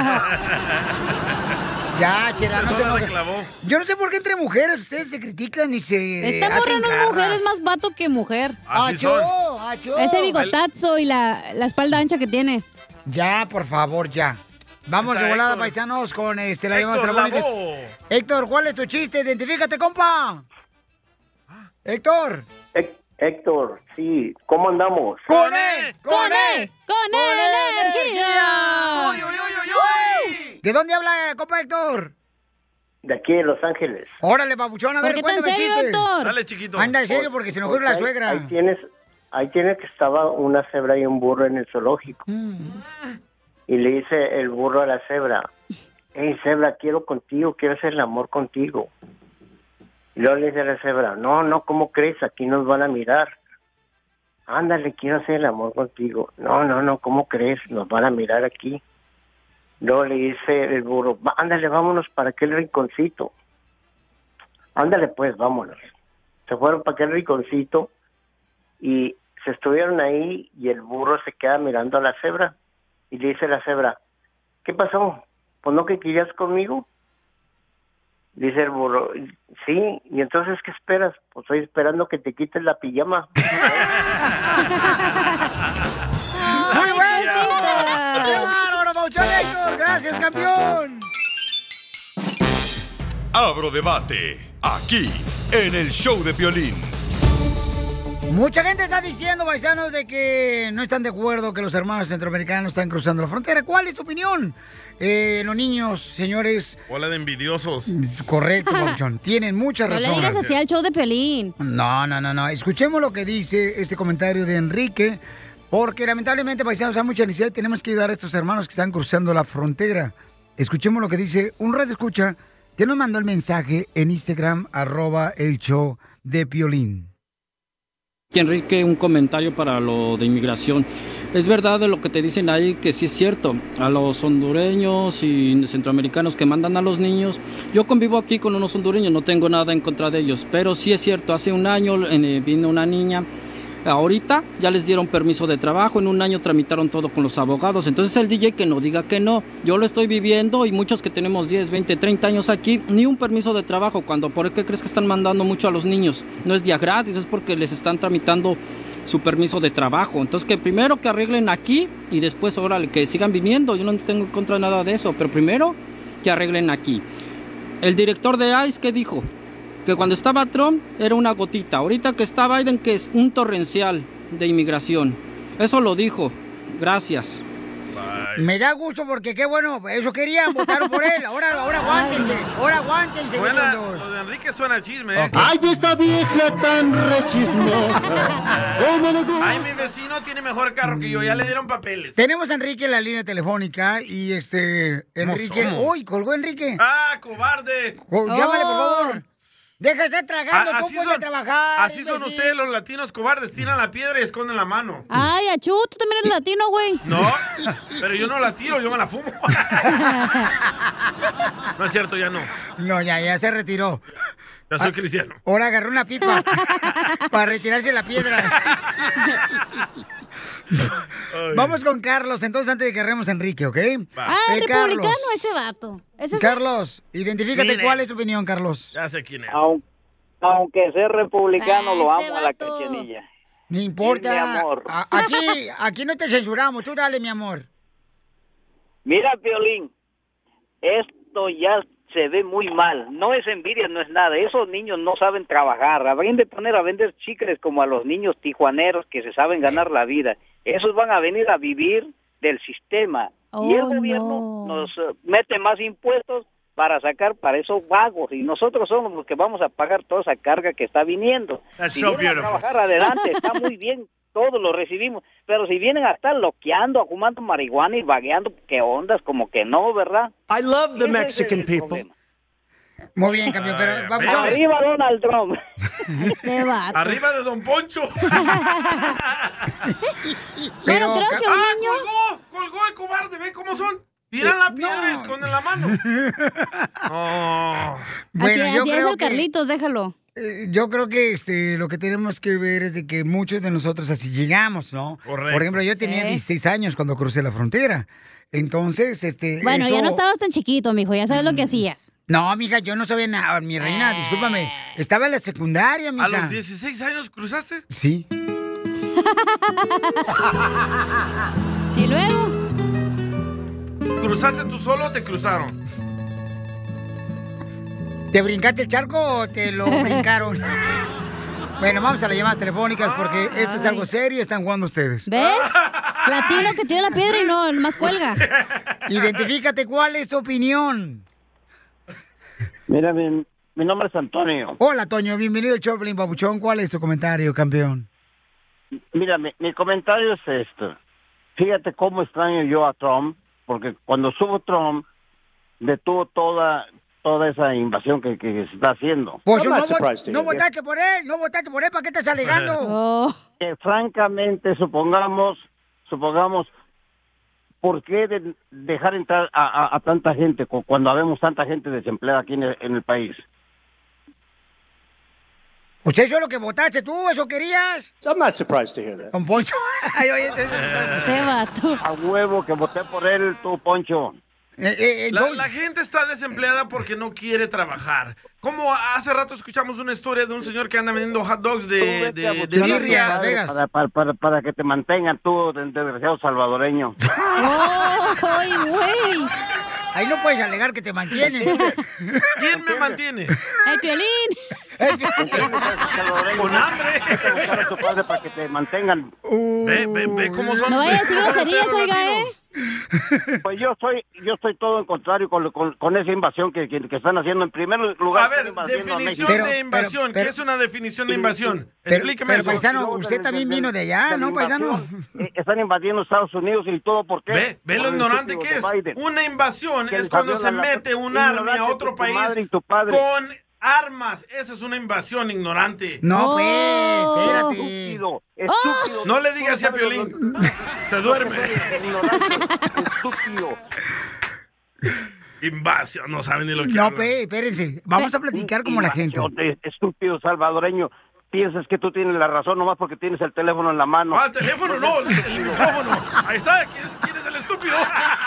Ya, Chela, no se enoje. Yo no sé por qué entre mujeres ustedes se critican y se Esta morra no es mujer, es más vato que mujer. ¡Achó! Ese bigotazo y la espalda ancha que tiene. Ya, por favor, ya. Vamos de volada, paisanos, con la llamada telefónica. Héctor, ¿cuál es tu chiste? Identifícate, compa. Héctor. Héctor, sí, ¿cómo andamos? ¡Con energía! ¡Uy! ¿De dónde habla, compa Héctor? De aquí de Los Ángeles. Órale, papuchón, a ver, cuéntame el chiste. Héctor? Dale, chiquito. Anda, en serio, porque se enojó la suegra. Ahí tienes que estaba una cebra y un burro en el zoológico. Y le dice el burro a la cebra, hey, cebra, quiero hacer el amor contigo. Y luego le dice a la cebra, no, ¿cómo crees? Aquí nos van a mirar. Ándale, quiero hacer el amor contigo. No, ¿cómo crees? Nos van a mirar aquí. Luego le dice el burro, ándale, vámonos para aquel rinconcito. Ándale, pues, vámonos. Se fueron para aquel rinconcito y se estuvieron ahí y el burro se queda mirando a la cebra. Y le dice la cebra, ¿qué pasó? ¿Pues no que querías conmigo? Dice el burro, sí, ¿y entonces qué esperas? Pues estoy esperando que te quites la pijama. ¡Muy bueno! Gracias, campeón. Abro debate, aquí, en el show de Piolín. Mucha gente está diciendo, paisanos, de que no están de acuerdo que los hermanos centroamericanos están cruzando la frontera. ¿Cuál es tu opinión? Los niños, señores... Hola de envidiosos. Correcto, Pabuchón. Tienen mucha razón. No le digas así al show de Piolín. No. Escuchemos lo que dice este comentario de Enrique, porque lamentablemente, paisanos, hay mucha necesidad y tenemos que ayudar a estos hermanos que están cruzando la frontera. Escuchemos lo que dice un radio escucha que nos mandó el mensaje en Instagram, @el show de Piolín. Enrique, un comentario para lo de inmigración. Es verdad de lo que te dicen ahí, que sí es cierto. A los hondureños y centroamericanos que mandan a los niños, yo convivo aquí con unos hondureños, no tengo nada en contra de ellos, pero sí es cierto, hace un año vino una niña. Ahorita ya les dieron permiso de trabajo, en un año tramitaron todo con los abogados. Entonces el DJ que no diga que no, yo lo estoy viviendo y muchos que tenemos 10, 20, 30 años aquí, ni un permiso de trabajo. ¿Por qué crees que están mandando mucho a los niños? No es día gratis, es porque les están tramitando su permiso de trabajo. Entonces que primero que arreglen aquí y después, órale, que sigan viniendo. Yo no tengo en contra de nada de eso, pero primero que arreglen aquí. El director de ICE, ¿qué dijo? Que cuando estaba Trump era una gotita, ahorita que está Biden que es un torrencial de inmigración. Eso lo dijo. Gracias. Me da gusto porque qué bueno, eso querían, votaron por él. Ahora aguántense. Lo de Enrique suena a chisme. Okay. ¡Ay, esta vieja tan rechismosa! Ay, mi vecino tiene mejor carro que yo, ya le dieron papeles. Tenemos a Enrique en la línea telefónica y Enrique... ¡Uy, colgó Enrique! ¡Ah, cobarde! Llámale, por favor. Deja de estar tragando, tú puedes trabajar. Así son ustedes los latinos cobardes, tiran la piedra y esconden la mano. Ay, achú, tú también eres latino, güey. No, pero yo no la tiro, yo me la fumo. No es cierto, ya no. No, ya se retiró. Ya soy cristiano. Ahora agarró una pipa para retirarse la piedra. Vamos con Carlos, entonces, antes de que agarremos a Enrique, ¿ok? Republicano Carlos. Ese vato. Carlos, identifícate. ¿Cuál es tu opinión, Carlos? Ya sé quién es. Aunque sea republicano, lo amo a la Cachanilla. No importa. Mi amor. Aquí no te censuramos, tú dale, mi amor. Mira, Piolín, esto ya se ve muy mal. No es envidia, no es nada. Esos niños no saben trabajar. Habrían de poner a vender chicles como a los niños tijuaneros que se saben ganar la vida. Esos van a venir a vivir del sistema. Y el gobierno nos mete más impuestos para sacar para esos vagos. Y nosotros somos los que vamos a pagar toda esa carga que está viniendo. Si vienen a trabajar adelante, está muy bien. Todos lo recibimos, pero si vienen a estar loqueando, fumando marihuana y vagueando, ¿qué ondas? Como que no, ¿verdad? I love the Mexican people. Problema. Muy bien, campeón, pero vamos a ver. Arriba Donald Trump. Vato. Arriba de Don Poncho. Pero creo que un niño... colgó el cobarde, ¿ve cómo son? Tiran la piedra y esconden la mano. Bueno, así yo es creo el que... Carlitos, déjalo. Yo creo que lo que tenemos que ver es de que muchos de nosotros así llegamos, ¿no? Correcto. Por ejemplo, yo tenía 16 años cuando crucé la frontera. Entonces, Bueno, ya no estabas tan chiquito, mijo, ya sabes lo que hacías. No, amiga, yo no sabía nada, mi reina, discúlpame. Estaba en la secundaria, amiga. ¿A los 16 años cruzaste? Sí. ¿Y luego? ¿Cruzaste tú solo o te cruzaron? ¿Te brincaste el charco o te lo brincaron? Bueno, vamos a las llamadas telefónicas porque esto es algo serio, están jugando ustedes. ¿Ves? Latino que tira la piedra y no, más cuelga. Identifícate, ¿cuál es tu opinión? Mira, mi nombre es Antonio. Hola, Toño, bienvenido al Choplin, Papuchón. ¿Cuál es tu comentario, campeón? Mira, mi comentario es esto. Fíjate cómo extraño yo a Trump, porque cuando subo Trump, detuvo toda esa invasión que se está haciendo. Pues no votaste por él, ¿para qué estás alegando? Francamente, supongamos, ¿por qué dejar entrar a tanta gente cuando habemos tanta gente desempleada aquí en el país? Pues eso es lo que votaste tú, ¿eso querías? I'm not surprised to hear that. Con Poncho. Ay, oye, vato. A huevo que voté por él, tú, Poncho. La gente está desempleada porque no quiere trabajar. Como hace rato escuchamos una historia de un señor que anda vendiendo hot dogs de birria. Para que te mantengan tú, desgraciado salvadoreño. ¡Ay, güey! Ahí no puedes alegar que te mantiene. ¿Quién me mantiene? ¡El Piolín! Con hambre. Buscar a tu padre para que te mantengan. Ve cómo son. No vaya a decir groserías, oiga, Pues yo estoy todo en contrario con esa invasión que están haciendo. En primer lugar, A ver, definición de invasión. ¿Qué es una definición de invasión? Explíqueme pero eso. paisano, usted también vino de allá, ¿no, paisano? Están invadiendo Estados Unidos y todo, ¿por qué? Ve lo Por el ignorante estúpido que de es. Biden. Una invasión Que es les cuando abrió se la- mete un ignorante arma a otro tu país madre y tu padre. con armas. Esa es una invasión, ignorante. No, pues, espérate. Estúpido. No le digas así a Piolín. Se duerme. Estúpido. Invasión, no saben ni lo que No, hablan. pues, espérense. Vamos a platicar como la gente. Estúpido salvadoreño. Piensas que tú tienes la razón nomás porque tienes el teléfono en la mano. Ah, el teléfono no, el micrófono. Ahí está, ¿quién es el estúpido?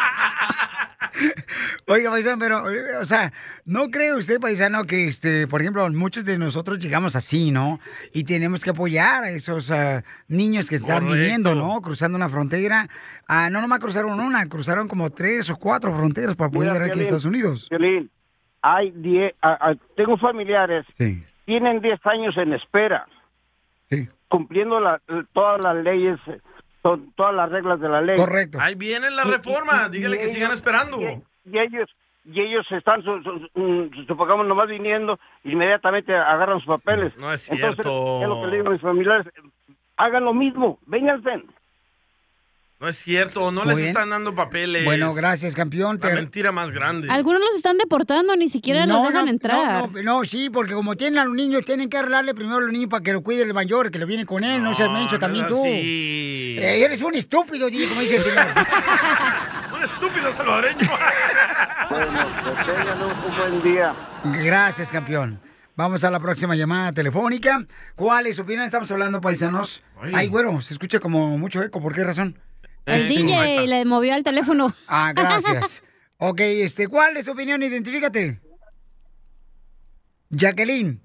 Oiga, paisano, pero, o sea, ¿no cree usted, paisano, que, por ejemplo, muchos de nosotros llegamos así, ¿no? Y tenemos que apoyar a esos niños que están Correcto. viniendo, ¿no? Cruzando una frontera. No nomás cruzaron una, cruzaron como 3 o 4 fronteras para poder llegar aquí a Estados Unidos. Piolín, hay 10, tengo familiares, tienen 10 años en espera, cumpliendo todas las leyes, todas las reglas de la ley. Correcto. Ahí viene la reforma, dígale que sigan esperando. Y ellos están, supongamos, nomás viniendo, inmediatamente agarran sus papeles. No es Entonces, cierto. es lo que le digo a mis familiares, hagan lo mismo, vénganse. No es cierto, no Muy les bien. están dando papeles. Bueno, gracias, campeón. La mentira más grande. Algunos los están deportando, ni siquiera los dejan entrar. No, sí, porque como tienen a los niños, tienen que arreglarle primero a los niños para que lo cuide el mayor, que lo viene con él, no seas menso también tú. Sí. Eres un estúpido, DJ, como dice el señor. Un estúpido salvadoreño. Bueno, que tengan un buen día. Gracias, campeón. Vamos a la próxima llamada telefónica. ¿Cuál es su opinión? Estamos hablando, paisanos. Ay, güero, se escucha como mucho eco. ¿Por qué razón? El DJ le movió al teléfono. Ah, gracias. Ok, ¿cuál es tu opinión? Identifícate. Jacqueline.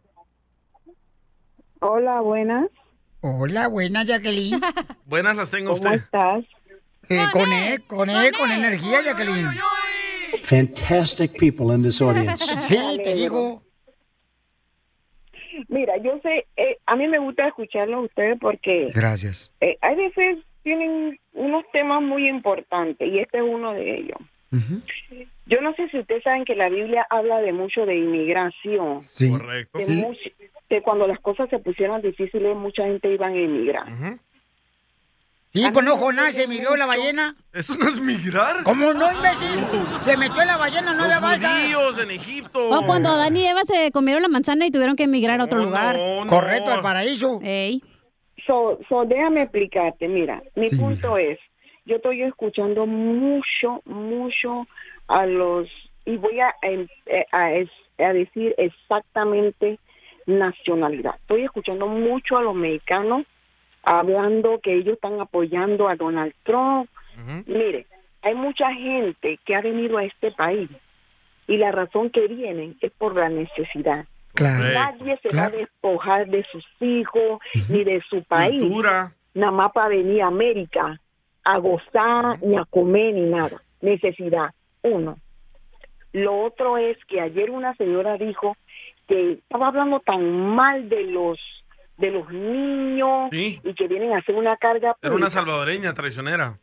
Hola, buenas. Hola, buena, Jacqueline. Buenas las tengo ¿Cómo usted. estás? Con energía, Jacqueline. Fantastic people in this audience. Sí, te digo. Mira, yo sé, a mí me gusta escucharlos a ustedes porque Gracias. hay veces tienen unos temas muy importantes y este es uno de ellos. Yo no sé si ustedes saben que la Biblia habla de mucho de inmigración. Sí. Correcto. Que cuando las cosas se pusieron difíciles, mucha gente iba a emigrar. Sí, pues no, Jonás se miró la ballena. ¿Eso no es migrar? ¿Cómo no, imbécil? Se metió en la ballena, no Los la balsa. judíos en Egipto. O cuando Adán y Eva se comieron la manzana y tuvieron que emigrar a otro lugar. Correcto, al paraíso. Ey. So, déjame explicarte. Mira, mi punto es, yo estoy escuchando mucho a los, y voy a decir exactamente nacionalidad. Estoy escuchando mucho a los mexicanos hablando que ellos están apoyando a Donald Trump. Mire, hay mucha gente que ha venido a este país y la razón que vienen es por la necesidad. Claro. Nadie se va a despojar de sus hijos ni de su país, Cultura. nada más para venir a América a gozar, ni a comer, ni nada. Necesidad, uno. Lo otro es que ayer una señora dijo que estaba hablando tan mal de los niños Sí. y que vienen a hacer una carga Era una pública. salvadoreña traicionera.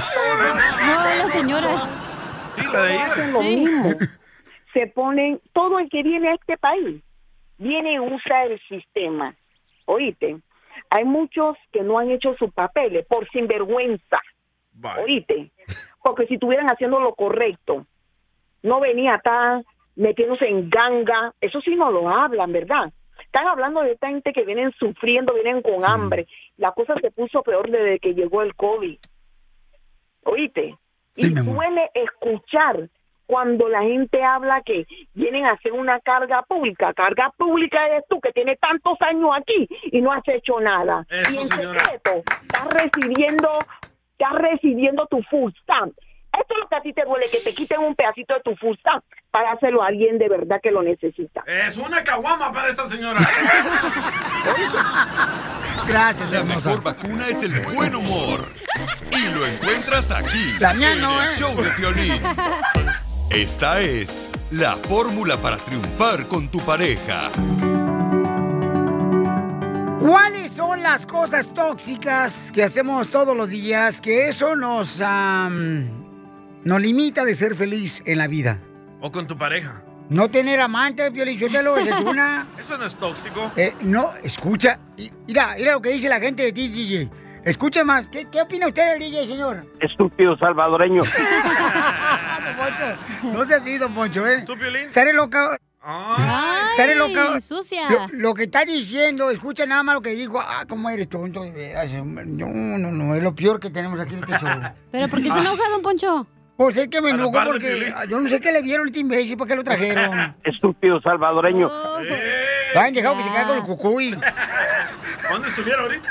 No, la señora. Sí, la de Hacen ayer. lo mismo. Se ponen, todo el que viene a este país viene y usa el sistema. Oíste, hay muchos que no han hecho sus papeles por sinvergüenza. Oíste, porque si estuvieran haciendo lo correcto, no venía a estar metiéndose en ganga. Eso sí no lo hablan, ¿verdad? Están hablando de esta gente que vienen sufriendo, vienen con hambre. La cosa se puso peor desde que llegó el COVID. Oíste, y duele escuchar cuando la gente habla que vienen a hacer una carga pública. Carga pública eres tú, que tienes tantos años aquí y no has hecho nada. Eso, y en señora. secreto estás recibiendo tu food stamp. Esto es lo que a ti te duele, que te quiten un pedacito de tu food stamp para hacerlo a alguien de verdad que lo necesita. Es una caguama para esta señora. Gracias, La hermosa. mejor vacuna es el buen humor. Y lo encuentras aquí, La mía en no, el ¿eh? show de Piolín. Esta es la fórmula para triunfar con tu pareja. ¿Cuáles son las cosas tóxicas que hacemos todos los días que eso nos limita de ser feliz en la vida? O con tu pareja. No tener amante, Piolichotelo, esa es una. Eso no es tóxico. No, escucha. Mira lo que dice la gente de ti, DJ. Escucha más. ¿Qué opina usted del DJ, señor? Estúpido salvadoreño. Don Poncho, no sea así, don Poncho, ¿eh? ¿Tú, Piolín? Estaré loca. Estaré loca. Sucia. Lo que está diciendo, escucha nada más lo que dijo. ¿Cómo eres tonto? De veras. No, es lo peor que tenemos aquí en este show. ¿Pero por qué se enoja, don Poncho? Pues es que me enojó porque yo no sé qué le vieron a este imbécil, ¿para qué lo trajeron? Estúpido salvadoreño. Lo han dejado que se caiga con el cucuy. ¿Dónde estuviera ahorita?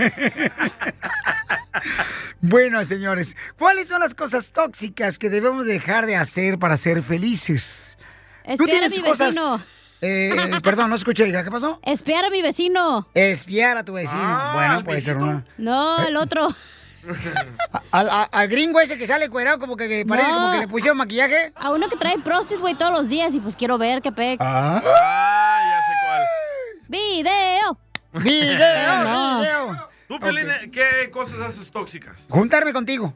Bueno, señores, ¿cuáles son las cosas tóxicas que debemos dejar de hacer para ser felices? Espiar a mi vecino. Perdón, no escuché, hija, ¿qué pasó? Espiar a mi vecino. Espiar a tu vecino. Bueno, puede ser una. No, el otro. Al gringo ese que sale cuerado como que parece como que le pusieron maquillaje. A uno que trae prostis, güey, todos los días y pues quiero ver qué pex. Ya sé cuál. ¡Video! ¡Video! ¿Tú, Pelín, qué cosas haces tóxicas? Juntarme contigo.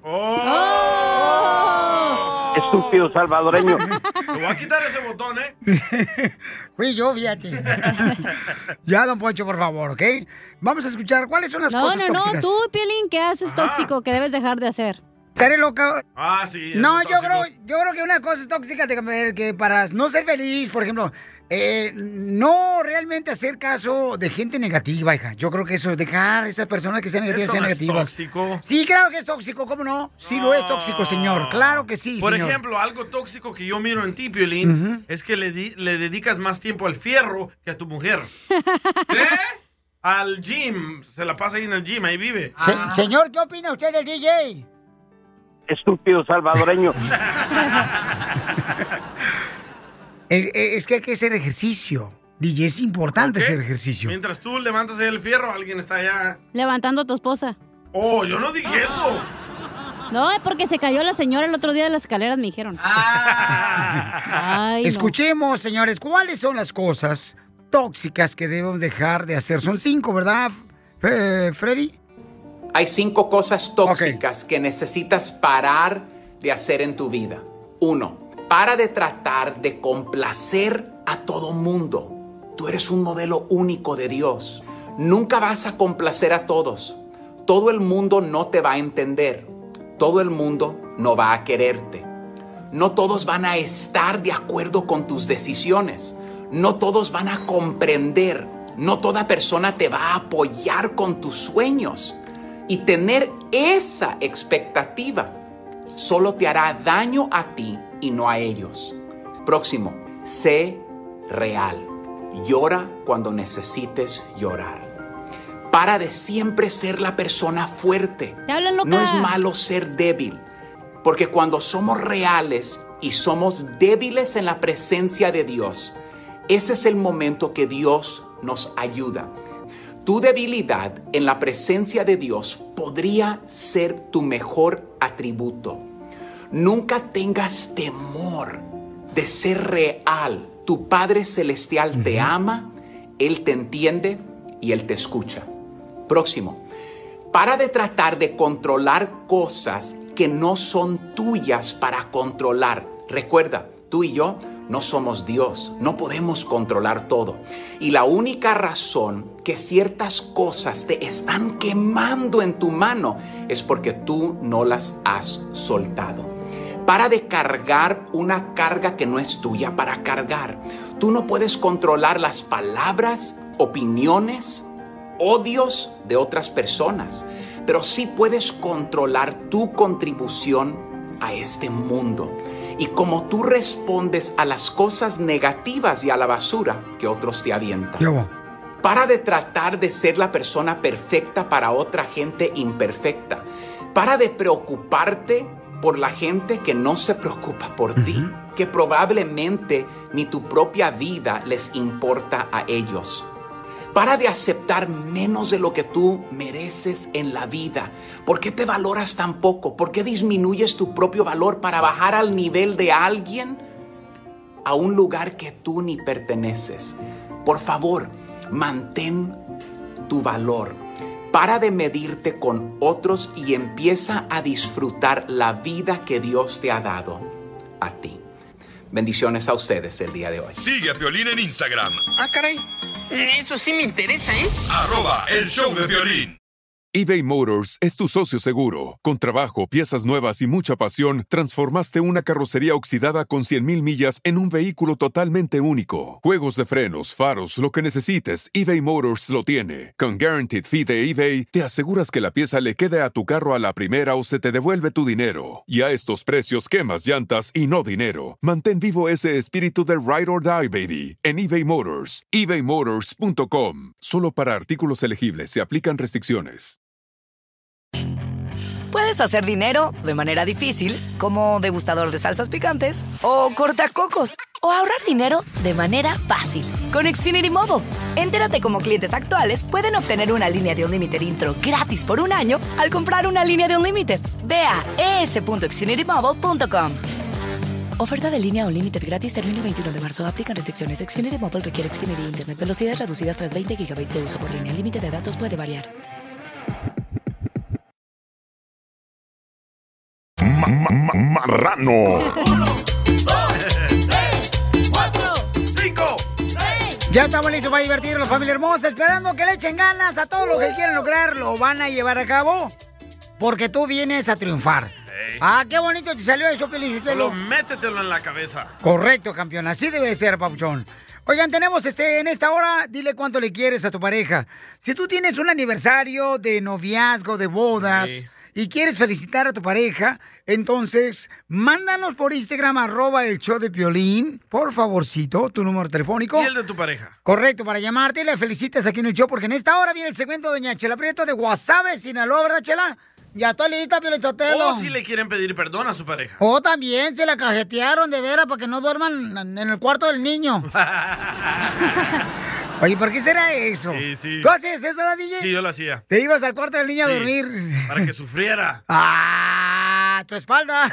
Estúpido salvadoreño. Te voy a quitar ese botón, ¿eh? Fui yo, fíjate. Ya, don Poncho, por favor, ¿ok? Vamos a escuchar cuáles son las cosas tóxicas. No, tú, Piolín, ¿qué haces tóxico que debes dejar de hacer? Estaré loca. Sí. No, yo creo que una cosa tóxica que para no ser feliz, por ejemplo, no realmente hacer caso de gente negativa, hija. Yo creo que eso es dejar a esas personas que sean negativas, ¿Eso no es negativas. tóxico? Sí, claro que es tóxico, ¿cómo no? Sí lo es tóxico, señor. Claro que sí, Por señor. ejemplo, algo tóxico que yo miro en ti, Piolín, es que le dedicas más tiempo al fierro que a tu mujer. ¿Qué? Al gym. Se la pasa ahí en el gym, ahí vive. Señor, ¿qué opina usted del DJ? Estúpido salvadoreño. Es que hay que hacer ejercicio. DJ, es importante hacer ejercicio. Mientras tú levantas ahí el fierro, alguien está allá. Levantando a tu esposa. Oh, yo no dije eso. No, es porque se cayó la señora el otro día de las escaleras, me dijeron. Ay, Escuchemos, señores, ¿cuáles son las cosas tóxicas que debemos dejar de hacer? Son 5, ¿verdad, Freddy? Hay 5 cosas tóxicas que necesitas parar de hacer en tu vida. 1. Para de tratar de complacer a todo mundo. Tú eres un modelo único de Dios. Nunca vas a complacer a todos. Todo el mundo no te va a entender. Todo el mundo no va a quererte. No todos van a estar de acuerdo con tus decisiones. No todos van a comprender. No toda persona te va a apoyar con tus sueños. Y tener esa expectativa solo te hará daño a ti y no a ellos. Próximo, sé real. Llora cuando necesites llorar. Para de siempre ser la persona fuerte. No es malo ser débil, porque cuando somos reales y somos débiles en la presencia de Dios, ese es el momento que Dios nos ayuda. Tu debilidad en la presencia de Dios podría ser tu mejor atributo. Nunca tengas temor de ser real. Tu Padre Celestial te ama, Él te entiende y Él te escucha. Próximo. Para de tratar de controlar cosas que no son tuyas para controlar. Recuerda, tú y yo no somos Dios, no podemos controlar todo. Y la única razón que ciertas cosas te están quemando en tu mano es porque tú no las has soltado. Para de cargar una carga que no es tuya para cargar. Tú no puedes controlar las palabras, opiniones, odios de otras personas, pero sí puedes controlar tu contribución a este mundo. Y como tú respondes a las cosas negativas y a la basura que otros te avientan. Para de tratar de ser la persona perfecta para otra gente imperfecta. Para de preocuparte por la gente que no se preocupa por ti, que probablemente ni tu propia vida les importa a ellos. Para de aceptar menos de lo que tú mereces en la vida. ¿Por qué te valoras tan poco? ¿Por qué disminuyes tu propio valor para bajar al nivel de alguien a un lugar que tú ni perteneces? Por favor, mantén tu valor. Para de medirte con otros y empieza a disfrutar la vida que Dios te ha dado a ti. Bendiciones a ustedes el día de hoy. Sigue a Piolín en Instagram. Ah, caray. Eso sí me interesa, ¿eh? @elshowdepiolín. eBay Motors es tu socio seguro. Con trabajo, piezas nuevas y mucha pasión, transformaste una carrocería oxidada con 100,000 millas en un vehículo totalmente único. Juegos de frenos, faros, lo que necesites, eBay Motors lo tiene. Con Guaranteed Fee de eBay, te aseguras que la pieza le quede a tu carro a la primera o se te devuelve tu dinero. Y a estos precios, quemas llantas y no dinero. Mantén vivo ese espíritu de Ride or Die, baby, en eBay Motors. ebaymotors.com. Solo para artículos elegibles se aplican restricciones. Puedes hacer dinero de manera difícil, como degustador de salsas picantes, o cortacocos, o ahorrar dinero de manera fácil con Xfinity Mobile. Entérate cómo clientes actuales pueden obtener una línea de Unlimited intro gratis por un año al comprar una línea de Unlimited. Ve a es.xfinitymobile.com. Oferta de línea Unlimited gratis termina el 21 de marzo. Aplican restricciones. Xfinity Mobile requiere Xfinity Internet. Velocidades reducidas tras 20 GB de uso por línea. El límite de datos puede variar. Marrano. 1, 2, 3, 4, 5, 6. Ya estamos listos para divertirnos, familia hermosa, esperando que le echen ganas a todo lo que quieren lograr. Lo van a llevar a cabo porque tú vienes a triunfar. Hey. Ah, qué bonito te salió eso, Pelichotelo. Solo métetelo en la cabeza. Correcto, campeón, así debe ser, papuchón. Oigan, tenemos en esta hora, dile cuánto le quieres a tu pareja. Si tú tienes un aniversario de noviazgo, de bodas... Sí. Y quieres felicitar a tu pareja, entonces mándanos por Instagram @el_show_de_Piolín, por favorcito, tu número telefónico. Y el de tu pareja. Correcto, para llamarte y le felicites aquí en el show, porque en esta hora viene el segmento de Doña Chela Prieto de Guasave, Sinaloa, ¿verdad, Chela? Ya estoy lista, Piolichotelo. O si le quieren pedir perdón a su pareja. O también se la cajetearon de veras para que no duerman en el cuarto del niño. Oye, ¿por qué será eso? Sí, sí. ¿Tú haces eso, DJ? Sí, yo lo hacía. Te ibas al cuarto del niño a dormir. Para que sufriera. ¡Ah! ¡Tu espalda!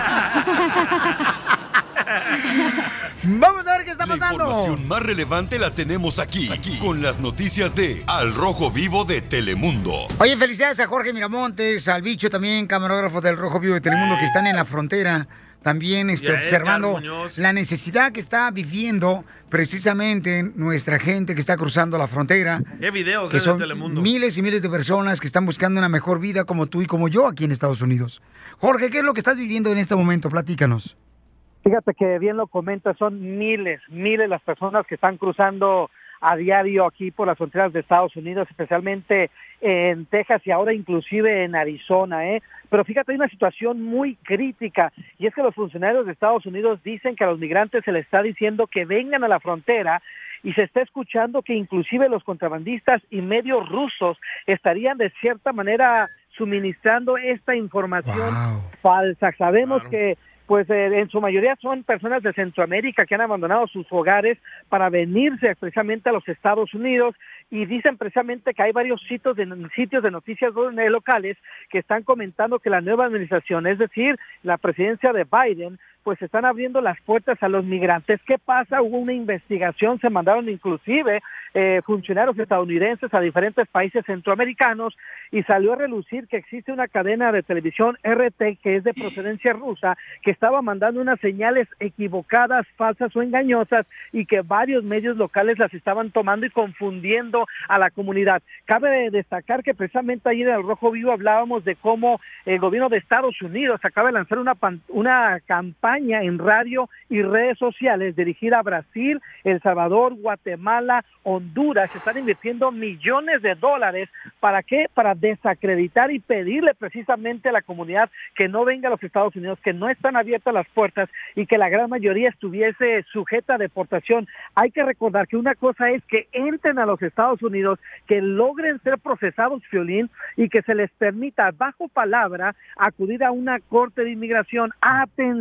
Vamos a ver qué está pasando. La información más relevante la tenemos aquí, con las noticias de Al Rojo Vivo de Telemundo. Oye, felicidades a Jorge Miramontes, al Bicho también, camarógrafo del Rojo Vivo de Telemundo, que están en la frontera. También observando la necesidad que está viviendo precisamente nuestra gente que está cruzando la frontera. ¿Qué videos que son de Telemundo? Miles y miles de personas que están buscando una mejor vida como tú y como yo aquí en Estados Unidos. Jorge, ¿qué es lo que estás viviendo en este momento? Platícanos. Fíjate que bien lo comentas, son miles las personas que están cruzando a diario aquí por las fronteras de Estados Unidos, especialmente en Texas y ahora inclusive en Arizona, Pero fíjate, hay una situación muy crítica y es que los funcionarios de Estados Unidos dicen que a los migrantes se les está diciendo que vengan a la frontera y se está escuchando que inclusive los contrabandistas y medios rusos estarían de cierta manera suministrando esta información falsa. Sabemos que pues en su mayoría son personas de Centroamérica que han abandonado sus hogares para venirse precisamente a los Estados Unidos y dicen precisamente que hay varios sitios de noticias locales que están comentando que la nueva administración, es decir, la presidencia de Biden, pues están abriendo las puertas a los migrantes. ¿Qué pasa? Hubo una investigación, se mandaron inclusive funcionarios estadounidenses a diferentes países centroamericanos y salió a relucir que existe una cadena de televisión RT que es de procedencia rusa que estaba mandando unas señales equivocadas, falsas o engañosas y que varios medios locales las estaban tomando y confundiendo a la comunidad. Cabe destacar que precisamente ayer en El Rojo Vivo hablábamos de cómo el gobierno de Estados Unidos acaba de lanzar una campaña en radio y redes sociales dirigida a Brasil, El Salvador, Guatemala, Honduras. Se están invirtiendo millones de dólares. ¿Para qué? Para desacreditar y pedirle precisamente a la comunidad que no venga a los Estados Unidos, que no están abiertas las puertas y que la gran mayoría estuviese sujeta a deportación. Hay que recordar que una cosa es que entren a los Estados Unidos, que logren ser procesados, Piolín, y que se les permita bajo palabra acudir a una corte de inmigración. Atención,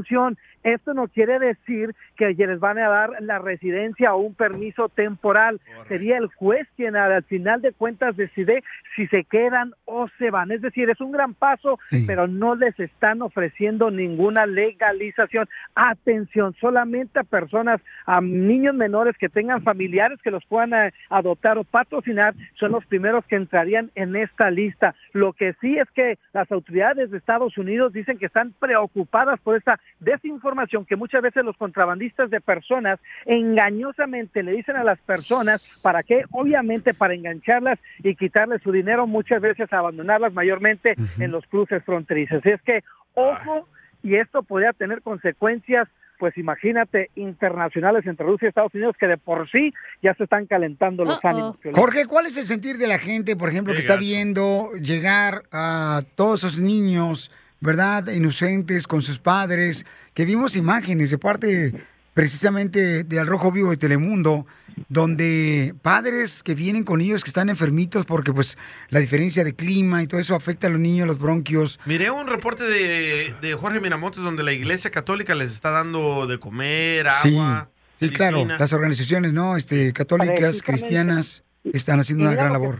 esto no quiere decir que les van a dar la residencia o un permiso temporal. Sería el juez quien al final de cuentas decide si se quedan o se van. Es decir, es un gran paso, pero no les están ofreciendo ninguna legalización. Atención, solamente a personas, a niños menores que tengan familiares que los puedan adoptar o patrocinar, son los primeros que entrarían en esta lista. Lo que sí es que las autoridades de Estados Unidos dicen que están preocupadas por esta desinformación que muchas veces los contrabandistas de personas engañosamente le dicen a las personas. ¿Para qué? Obviamente para engancharlas y quitarles su dinero, muchas veces abandonarlas mayormente en los cruces fronterizos. Es que, ojo, y esto podría tener consecuencias, pues imagínate, internacionales entre Rusia y Estados Unidos, que de por sí ya se están calentando los ánimos. Jorge, ¿cuál es el sentir de la gente, por ejemplo, que está viendo llegar a todos esos niños, verdad, inocentes, con sus padres, que vimos imágenes de parte precisamente de Al Rojo Vivo de Telemundo, donde padres que vienen con niños que están enfermitos porque pues la diferencia de clima y todo eso afecta a los niños, los bronquios? Miré un reporte de Jorge Miramontes donde la Iglesia Católica les está dando de comer, agua, sí, claro, las organizaciones, ¿no? Católicas, cristianas, están haciendo una gran labor.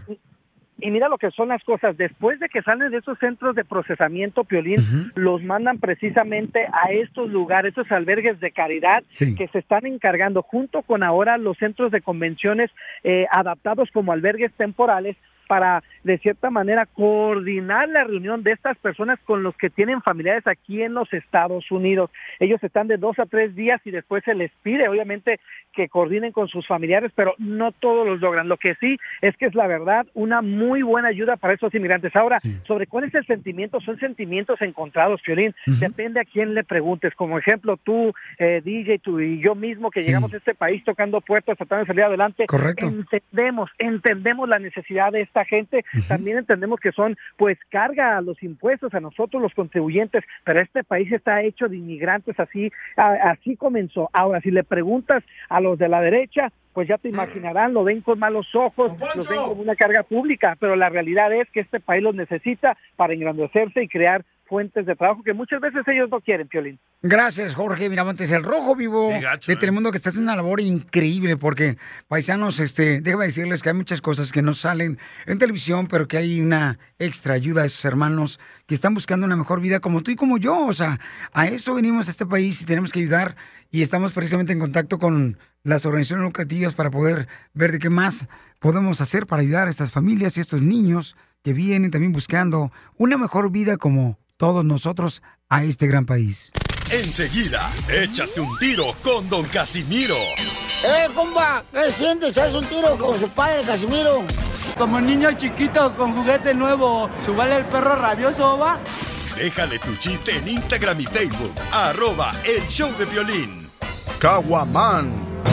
Y mira lo que son las cosas, después de que salen de esos centros de procesamiento, Piolín, los mandan precisamente a estos lugares, estos albergues de caridad que se están encargando, junto con ahora los centros de convenciones adaptados como albergues temporales, para, de cierta manera, coordinar la reunión de estas personas con los que tienen familiares aquí en los Estados Unidos. Ellos están de 2 a 3 días y después se les pide, obviamente, que coordinen con sus familiares, pero no todos los logran. Lo que sí es que es, la verdad, una muy buena ayuda para esos inmigrantes. Ahora, sobre cuál es el sentimiento, son sentimientos encontrados, Piolín. Depende a quién le preguntes. Como ejemplo, tú, DJ, tú y yo mismo, que llegamos a este país tocando puertas, tratando de salir adelante. Correcto. Entendemos la necesidad de esta gente, también entendemos que son, pues, carga a los impuestos, a nosotros los contribuyentes, pero este país está hecho de inmigrantes, así comenzó. Ahora, si le preguntas a los de la derecha, pues ya te imaginarán, lo ven con malos ojos, los ven como una carga pública, pero la realidad es que este país los necesita para engrandecerse y crear fuentes de trabajo que muchas veces ellos no quieren, Piolín. Gracias, Jorge Miramontes, El Rojo Vivo de Telemundo, que está haciendo una labor increíble, porque, paisanos, déjame decirles que hay muchas cosas que no salen en televisión, pero que hay una extra ayuda a esos hermanos que están buscando una mejor vida como tú y como yo. O sea, a eso venimos a este país y tenemos que ayudar, y estamos precisamente en contacto con las organizaciones lucrativas para poder ver de qué más podemos hacer para ayudar a estas familias y a estos niños que vienen también buscando una mejor vida como todos nosotros a este gran país. Enseguida, échate un tiro con Don Casimiro. Compa, ¿qué sientes? ¿Haz un tiro con su padre, Casimiro? Como niño chiquito con juguete nuevo, ¿subale el perro rabioso, va? Déjale tu chiste en Instagram y Facebook, @elshowdepiolín. Caguamán.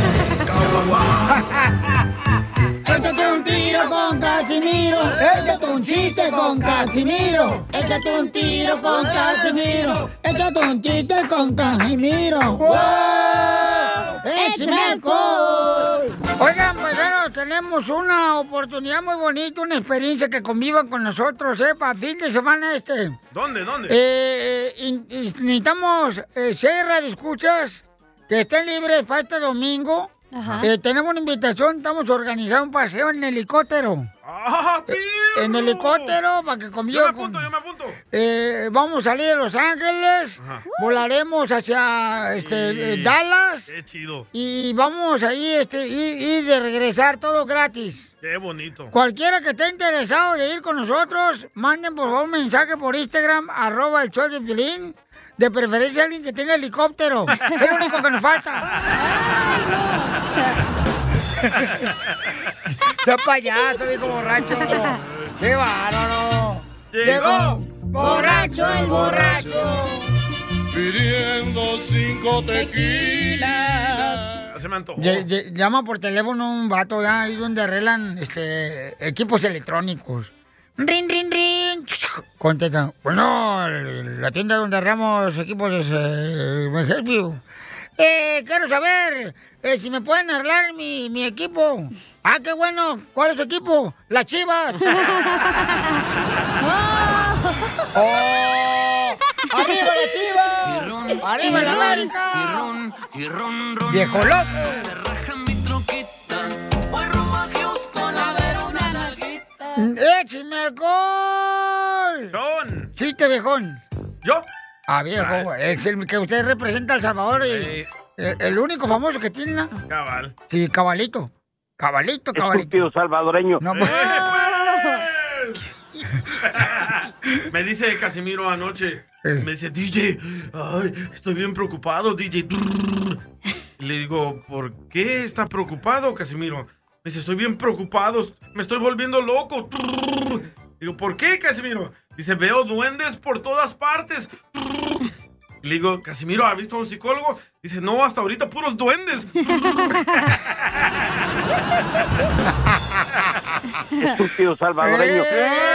Échate un tiro con Casimiro. Échate un chiste con Casimiro. Échate un tiro con Casimiro. Échate un chiste con Casimiro. ¡Wow! ¡Échame alcohol! Oigan, paisanos, tenemos una oportunidad muy bonita, una experiencia que convivan con nosotros, para fin de semana ¿Dónde? Necesitamos 6 radioescuchas que estén libres para este domingo. Tenemos una invitación, estamos organizando un paseo en helicóptero. En helicóptero, para que convivan. Yo me apunto. Vamos a salir de Los Ángeles, volaremos hacia Dallas. Qué chido. Y vamos ahí y de regresar, todo gratis. Qué bonito. Cualquiera que esté interesado de ir con nosotros, manden por favor un mensaje por Instagram, @elshowdepiolín. De preferencia alguien que tenga helicóptero. Es lo único que nos falta. ¡Qué payaso, viejo borracho! ¡Qué bárbaro! ¡Llegó borracho el borracho! Pidiendo 5 tequilas. Se me antojó. Llama por teléfono un vato ya, ahí donde arreglan equipos electrónicos. Rin, rin, rin. Contesta. Bueno, la tienda donde arreglamos equipos es quiero saber si me pueden arreglar mi equipo. Ah, qué bueno. ¿Cuál es su equipo? Las Chivas. ¡Oh! ¡Arriba las Chivas! ¡Arriba la América! Y ron, ron. ¡Viejo loco! Se raja mi troquita. Voy rumbo a Houston a ver una nalguita. ¡Écheme alcohol! ¡Son! ¡Chiste, viejón! ¿Yo? Ah, viejo, es el que usted representa a El Salvador. El único famoso que tiene, ¿no? Cabal. Sí, cabalito. Cabalito. Estúpido salvadoreño. No, pues... Me dice Casimiro anoche, me dice, DJ, ay, estoy bien preocupado, DJ. Y le digo, ¿por qué está preocupado, Casimiro? Me dice, estoy bien preocupado, me estoy volviendo loco. Digo, ¿por qué, Casimiro? Dice, veo duendes por todas partes. Y le digo, Casimiro, ¿ha visto a un psicólogo? Dice, no, hasta ahorita puros duendes. Estúpido salvadoreño.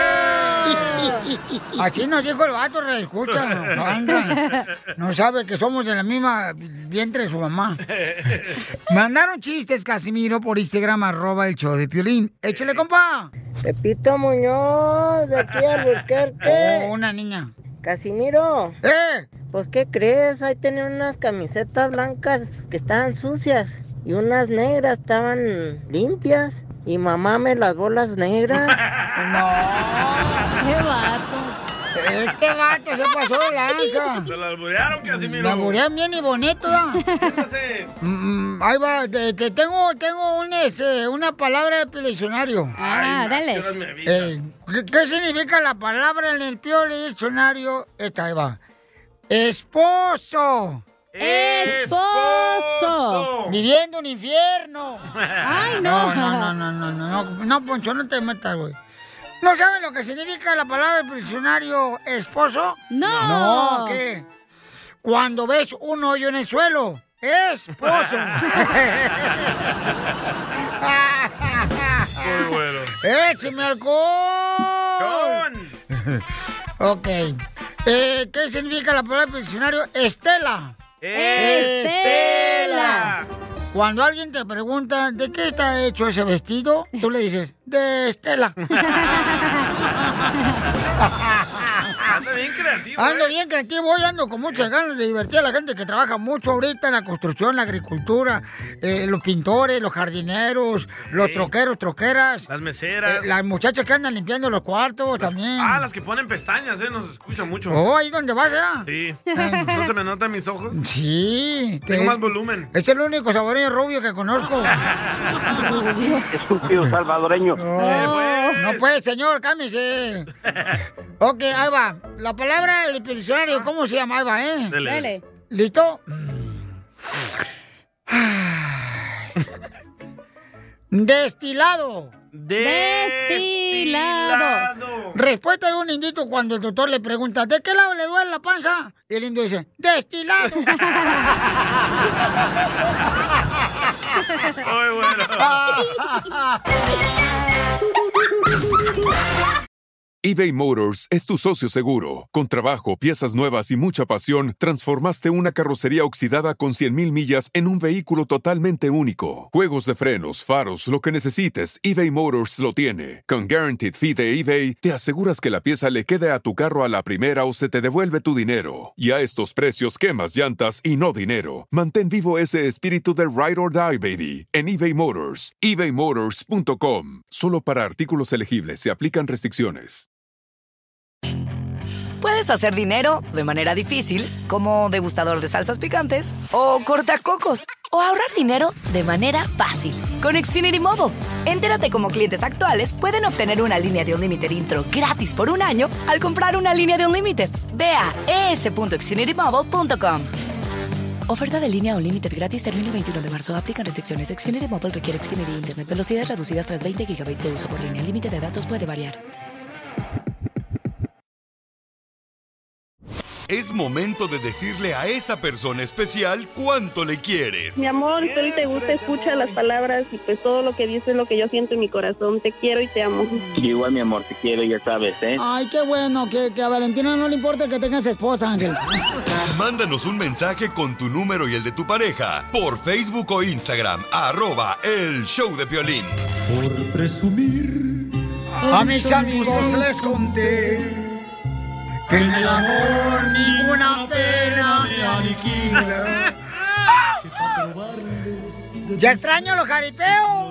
Así nos dijo el vato, reescucha. No sabe que somos de la misma vientre de su mamá. Mandaron chistes, Casimiro, por Instagram, @el show de Piolín. Échale, compa. Pepito Muñoz, de aquí a Albuquerque. Oh, una niña. Casimiro. Pues, ¿qué crees? Ahí tenían unas camisetas blancas que estaban sucias y unas negras estaban limpias. Y mamá me lasvó las negras. No. ¡Qué vato! Este vato se pasó de lanza. Se la alburearon, Casimiro. La alburean bien y bonito, ¿no? Ahí va, tengo una palabra de diccionario. Dale. ¿Qué significa la palabra en el diccionario? Ahí va. Esposo. ¡Esposo! Viviendo un infierno. ¡Ay, no! No, Poncho, no te metas, güey. ¿No sabes lo que significa la palabra del diccionario esposo? No. No, ¿qué? Cuando ves un hoyo en el suelo, esposo. Muy bueno. ¡Écheme alcohol! Ok. ¿Qué significa la palabra del diccionario? Estela. ¡Estela! Cuando alguien te pregunta ¿de qué está hecho ese vestido? Tú le dices, de Estela. Anda bien creativo. Ando bien creativo, hoy ando con muchas ganas de divertir a la gente que trabaja mucho ahorita en la construcción, la agricultura, los pintores, los jardineros, los troqueros, troqueras. Las meseras. Las muchachas que andan limpiando los cuartos también. Las que ponen pestañas, nos escuchan mucho. Oh, ahí donde vas, ¿ya? Sí. ¿No se me notan mis ojos? Sí. Tengo más volumen. Es el único saboreño rubio que conozco. Estúpido salvadoreño. No puede, señor, cámese. Ok, ahí va. La palabra del diccionario, ¿cómo se llama? Ahí va, Dale. ¿Listo? Destilado. Destilado. Respuesta de un indito cuando el doctor le pregunta, ¿de qué lado le duele la panza? Y el indio dice, destilado. Muy bueno. eBay Motors es tu socio seguro. Con trabajo, piezas nuevas y mucha pasión, transformaste una carrocería oxidada con 100,000 millas en un vehículo totalmente único. Juegos de frenos, faros, lo que necesites, eBay Motors lo tiene. Con Guaranteed Fee de eBay, te aseguras que la pieza le quede a tu carro a la primera o se te devuelve tu dinero. Y a estos precios, quemas llantas y no dinero. Mantén vivo ese espíritu de Ride or Die, baby, en eBay Motors. ebaymotors.com. Solo para artículos elegibles se aplican restricciones. Puedes hacer dinero de manera difícil, como degustador de salsas picantes, o cortacocos, o ahorrar dinero de manera fácil con Xfinity Mobile. Entérate cómo clientes actuales pueden obtener una línea de Unlimited intro gratis por un año al comprar una línea de Unlimited. Ve a es.xfinitymobile.com. Oferta de línea Unlimited gratis termina el 21 de marzo. Aplican restricciones. Xfinity Mobile requiere Xfinity Internet. Velocidades reducidas tras 20 GB de uso por línea. El límite de datos puede variar. Es momento de decirle a esa persona especial cuánto le quieres. Mi amor, si ahorita te gusta, escucha las palabras y pues todo lo que dices es lo que yo siento en mi corazón. Te quiero y te amo. Yo igual, mi amor, te quiero, ya sabes, ¿eh? Ay, qué bueno, que a Valentina no le importa que tengas esposa, Ángel. Mándanos un mensaje con tu número y el de tu pareja por Facebook o Instagram, @El Show de Piolín. Por presumir, a mis amigos les conté que en el amor ninguna pena me ha ni tequila. Ya extraño los jaripeos.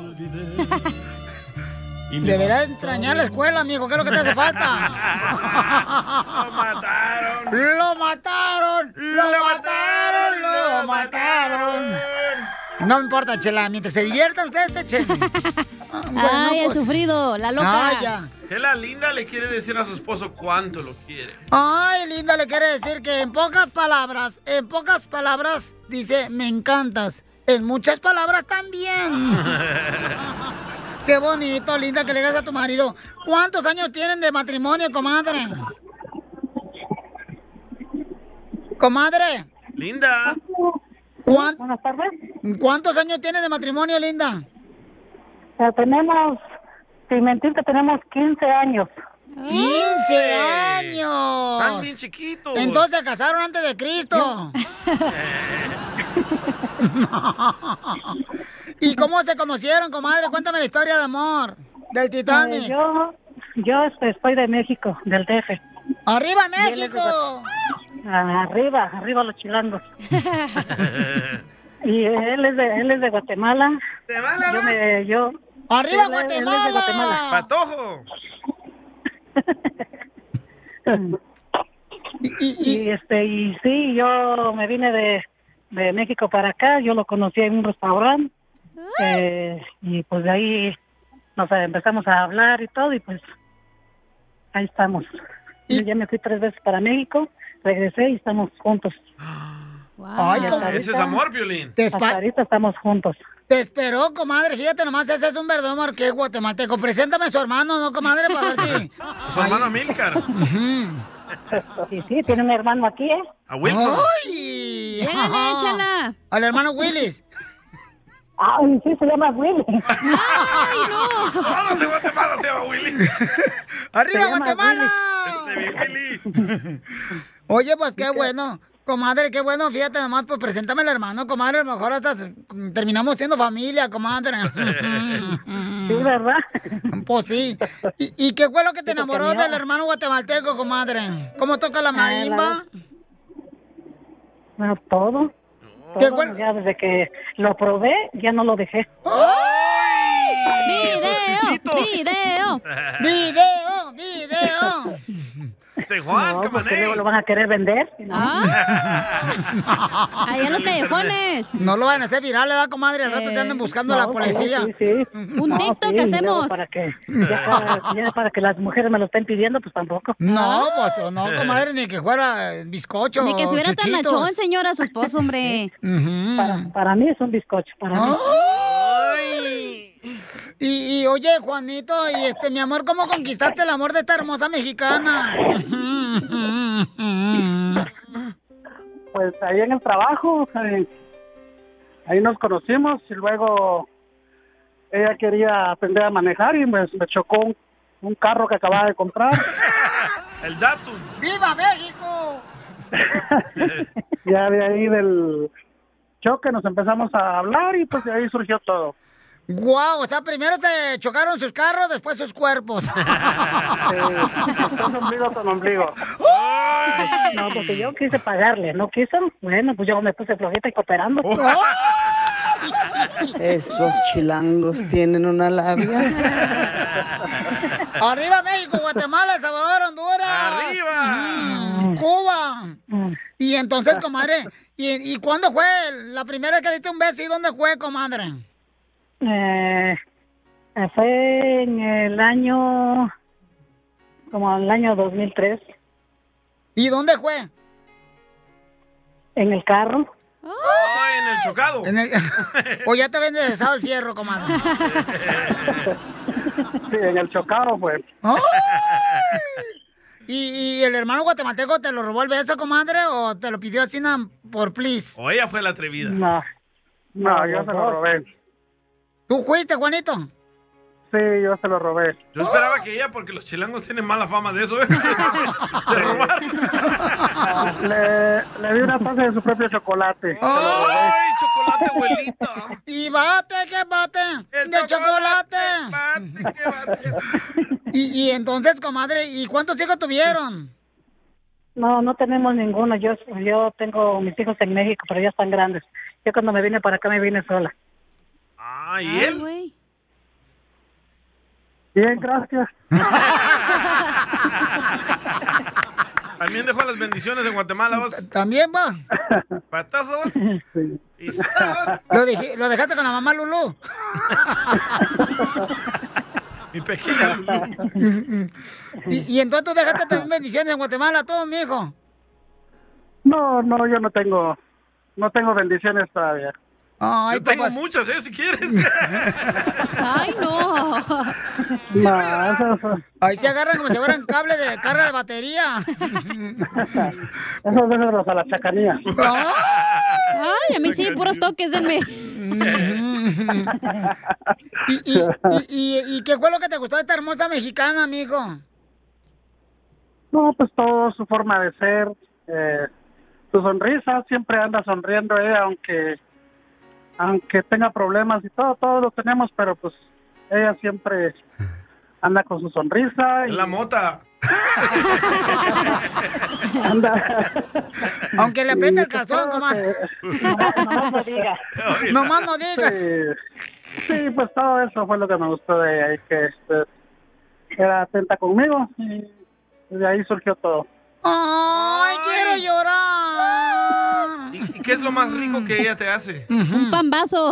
Deberás extrañar la escuela, amigo. ¿Qué es lo que te hace falta? Lo mataron. ¡Lo mataron! ¡Lo mataron! ¡Lo mataron! No me importa, Chela. Mientras se diviertan ustedes, Chela. Ay, el sufrido, la loca. Ah, ya. Chela Linda le quiere decir a su esposo cuánto lo quiere. Ay, Linda le quiere decir que en pocas palabras, dice, me encantas. En muchas palabras también. Qué bonito, Linda, que le digas a tu marido. ¿Cuántos años tienen de matrimonio, comadre? Comadre. Linda. Buenas tardes. ¿Cuántos años tiene de matrimonio, Linda? Tenemos, sin mentirte, tenemos 15 años. 15 años. Están bien chiquitos. Entonces se casaron antes de Cristo. ¿Y cómo se conocieron, comadre? Cuéntame la historia de amor del Titanic. Yo estoy de México, del DF. ¡Arriba, México! Arriba los chilangos. Y él es de Guatemala. ¡Arriba, Guatemala! Él es de Guatemala. ¡Patojo! Y sí, yo me vine de México para acá. Yo lo conocí en un restaurante. Y pues de ahí nos empezamos a hablar y todo, y pues ahí estamos. Yo ya me fui 3 veces para México, regresé y estamos juntos. Wow. Ay, ese es amor, Piolín. Hasta ahorita estamos juntos. Te esperó, comadre. Fíjate nomás, ese es un verdadero marqués guatemalteco. Preséntame a su hermano, ¿no, comadre? Para ver si... Su hermano Amílcar. Sí, tiene un hermano aquí, ¿eh? A Wilson. ¡Ay! Llégale, échala. Al hermano Willis. Ay, sí, se llama Willy. ¡Ay, no! Todos en Guatemala se llama Willy. ¡Arriba, Guatemala! Willy. Oye, pues qué bueno. Comadre, qué bueno, fíjate nomás, pues preséntame al hermano, comadre, a lo mejor hasta terminamos siendo familia, comadre. Sí, ¿verdad? Pues sí. ¿Y qué fue lo que te enamoró del hermano guatemalteco, comadre? ¿Cómo toca la marimba? Bueno, todo. ¿Qué Bueno, ya desde que lo probé, ya no lo dejé. ¡Video! Juan, no, porque luego lo van a querer vender. Allá en los callejones. No lo van a hacer viral, ¿verdad, comadre? Al rato te andan buscando a la policía. Sí. Un TikTok que hacemos. Ya para que las mujeres me lo estén pidiendo, pues tampoco. No, pues no, comadre, ni que fuera bizcocho. Ni que estuviera tan nachón, señora, su esposo, hombre. Para mí es un bizcocho. Para mí. Y oye, Juanito, mi amor, ¿cómo conquistaste el amor de esta hermosa mexicana? Pues ahí en el trabajo, ahí nos conocimos y luego ella quería aprender a manejar y me chocó un carro que acababa de comprar. El Datsun. ¡Viva México! Ya de ahí del choque nos empezamos a hablar y pues de ahí surgió todo. ¡Guau! O sea, primero se chocaron sus carros, después sus cuerpos. Ombligo con ombligo. No, porque yo quise pagarle, ¿no quiso? Bueno, pues yo me puse flojita y cooperando. Esos chilangos tienen una labia. ¡Arriba México, Guatemala, El Salvador, Honduras! ¡Arriba! ¡Cuba! Y entonces, comadre, ¿y cuándo fue la primera vez que le diste un beso y dónde fue, comadre? Fue en el año, como el año 2003. ¿Y dónde fue? En el carro. En el chocado. O ya te habían enderezado el fierro, comadre. Sí, en el chocado fue. ¿Y el hermano guatemalteco te lo robó el beso, comadre, o te lo pidió así por please? O ella fue la atrevida. No, yo se lo robé. ¿Tú fuiste, Juanito? Sí, yo se lo robé. Yo esperaba que ella, porque los chilangos tienen mala fama de eso, ¿eh? De robar. Le di una taza de su propio chocolate. ¡Ay, chocolate, abuelita! ¡Y bate, qué bate! ¡De chocolate! ¡Bate, qué bate! Y entonces, comadre, ¿y cuántos hijos tuvieron? No, no tenemos ninguno. Yo tengo mis hijos en México, pero ya están grandes. Yo cuando me vine para acá me vine sola. Ah, ¿y él? Güey. Bien, gracias. También dejó las bendiciones en Guatemala, vos. ¿También va? Patazos. Sí. Y ¡zas! ¿Lo dejaste con la mamá Lulú? Mi pequeña Lulú. ¿Y entonces tú dejaste también bendiciones en Guatemala, todo, mijo? No, yo no tengo bendiciones todavía. Ay, yo tengo muchas, si quieres. Ay, no. Ahí se agarran como si fueran cable de carga de batería. Esos déjalos a la chacanía. Ay, a mí sí, puros toques, denme. ¿Y qué fue lo que te gustó de esta hermosa mexicana, amigo? No, pues todo, su forma de ser, su sonrisa, siempre anda sonriendo ella, aunque tenga problemas y todo lo tenemos, pero pues ella siempre anda con su sonrisa. La mota. Anda. Aunque le aprieta el calzón, comadre. Nomás no digas. Nomás no digas. Sí, pues todo eso fue lo que me gustó de ella, y que era atenta conmigo, y de ahí surgió todo. ¡Ay, quiero llorar! ¿Y qué es lo más rico que ella te hace? Un pambazo.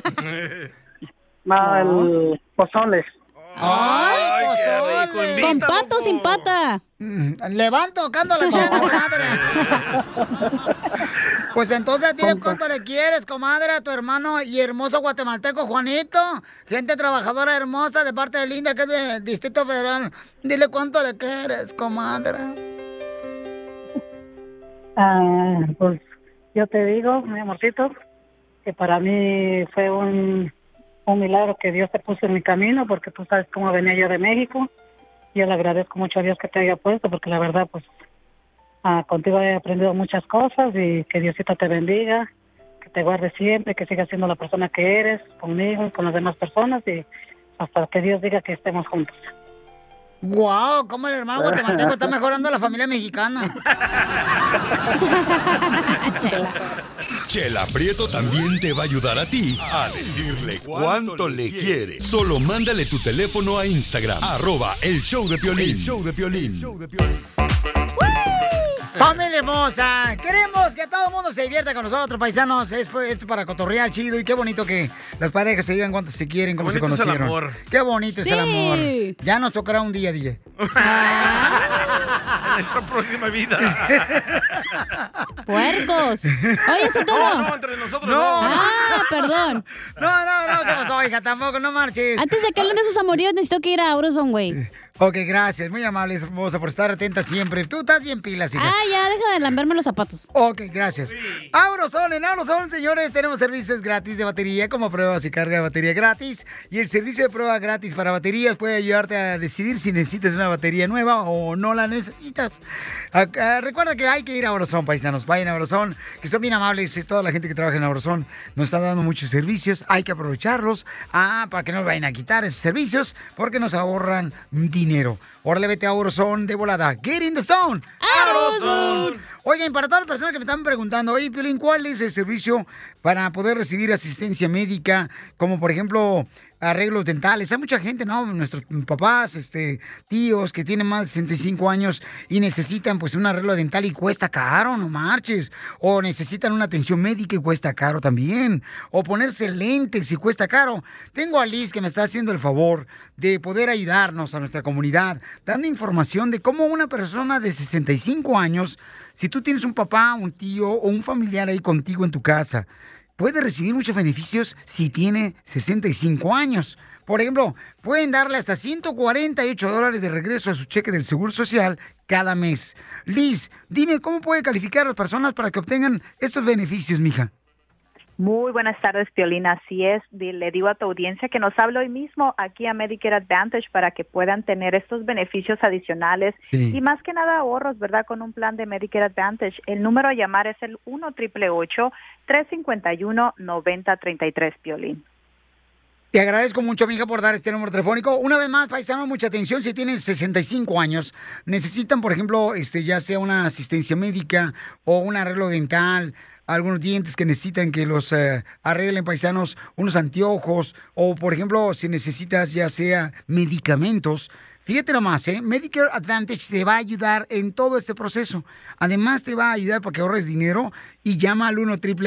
El pozole. ¡Ay, pozole! ¿Con pato o sin pata? Levanto tocando la tienda, comadre. Pues entonces dile cuánto le quieres, comadre, a tu hermano y hermoso guatemalteco Juanito. Gente trabajadora hermosa de parte de Linda, que es de Distrito Federal. Dile cuánto le quieres, comadre. Pues yo te digo, mi amorcito, que para mí fue un milagro que Dios te puso en mi camino, porque tú sabes cómo venía yo de México. Yo le agradezco mucho a Dios que te haya puesto, porque la verdad, pues, contigo he aprendido muchas cosas, y que Diosito te bendiga, que te guarde siempre, que sigas siendo la persona que eres, conmigo y con las demás personas, y hasta que Dios diga que estemos juntos. ¡Guau! ¿Cómo el hermano guatemalteco está mejorando a la familia mexicana? Chela Prieto también te va a ayudar a ti a decirle cuánto le quiere. Solo mándale tu teléfono a Instagram, @el-show-de-Piolín. El show de Piolín. ¡Familia hermosa! Queremos que todo el mundo se divierta con nosotros, paisanos. Esto para cotorrear chido, y qué bonito que las parejas se digan cuánto se quieren, cómo se conocieron. Es el amor. Qué bonito es el amor. Ya nos tocará un día, DJ. En nuestra próxima vida. ¡Puercos! Oye, ¿está todo? No, entre nosotros no. Perdón. No, ¿qué pasó, hija? Tampoco, no marches. Antes de que hablen de sus amoríos, necesito que ir a Aurizon, güey. Ok, gracias. Muy amable, hermosa, por estar atenta siempre. Tú estás bien pilas, hija. Ya, deja de lamberme los zapatos. Ok, gracias. Aurizon, en Aurizon, señores, tenemos servicios gratis de batería, como pruebas y carga de batería gratis. Y el servicio de prueba gratis para baterías puede ayudarte a decidir si necesitas una batería nueva o no la necesitas. Recuerda que hay que ir a Aurizon, paisanos. Vayan a Aurizon, que son bien amables. Toda la gente que trabaja en Aurizon nos está dando muchos servicios. Hay que aprovecharlos para que no vayan a quitar esos servicios, porque nos ahorran dinero. Órale, vete a Aurizon de volada. Get in the zone. Aurizon. Oigan, para todas las personas que me están preguntando, oye, Piolín, ¿cuál es el servicio para poder recibir asistencia médica? Como, por ejemplo, arreglos dentales. Hay mucha gente, ¿no? Nuestros papás, tíos que tienen más de 65 años y necesitan, pues, un arreglo dental y cuesta caro, no marches. O necesitan una atención médica y cuesta caro también. O ponerse lentes y cuesta caro. Tengo a Liz que me está haciendo el favor de poder ayudarnos a nuestra comunidad, dando información de cómo una persona de 65 años, si tú tienes un papá, un tío o un familiar ahí contigo en tu casa, puede recibir muchos beneficios si tiene 65 años. Por ejemplo, pueden darle hasta $148 de regreso a su cheque del Seguro Social cada mes. Liz, dime, ¿cómo puede calificar a las personas para que obtengan estos beneficios, mija? Muy buenas tardes, Piolín. Así es, le digo a tu audiencia que nos hable hoy mismo aquí a Medicare Advantage para que puedan tener estos beneficios adicionales y más que nada ahorros, ¿verdad? Con un plan de Medicare Advantage. El número a llamar es el 1-888-351-9033, Piolín. Te agradezco mucho, mija, por dar este número telefónico. Una vez más, paisano, mucha atención. Si tienen 65 años, necesitan, por ejemplo, ya sea una asistencia médica o un arreglo dental, algunos dientes que necesitan que los arreglen, paisanos, unos anteojos, o, por ejemplo, si necesitas ya sea medicamentos. Fíjate nomás, Medicare Advantage te va a ayudar en todo este proceso. Además, te va a ayudar para que ahorres dinero y llama al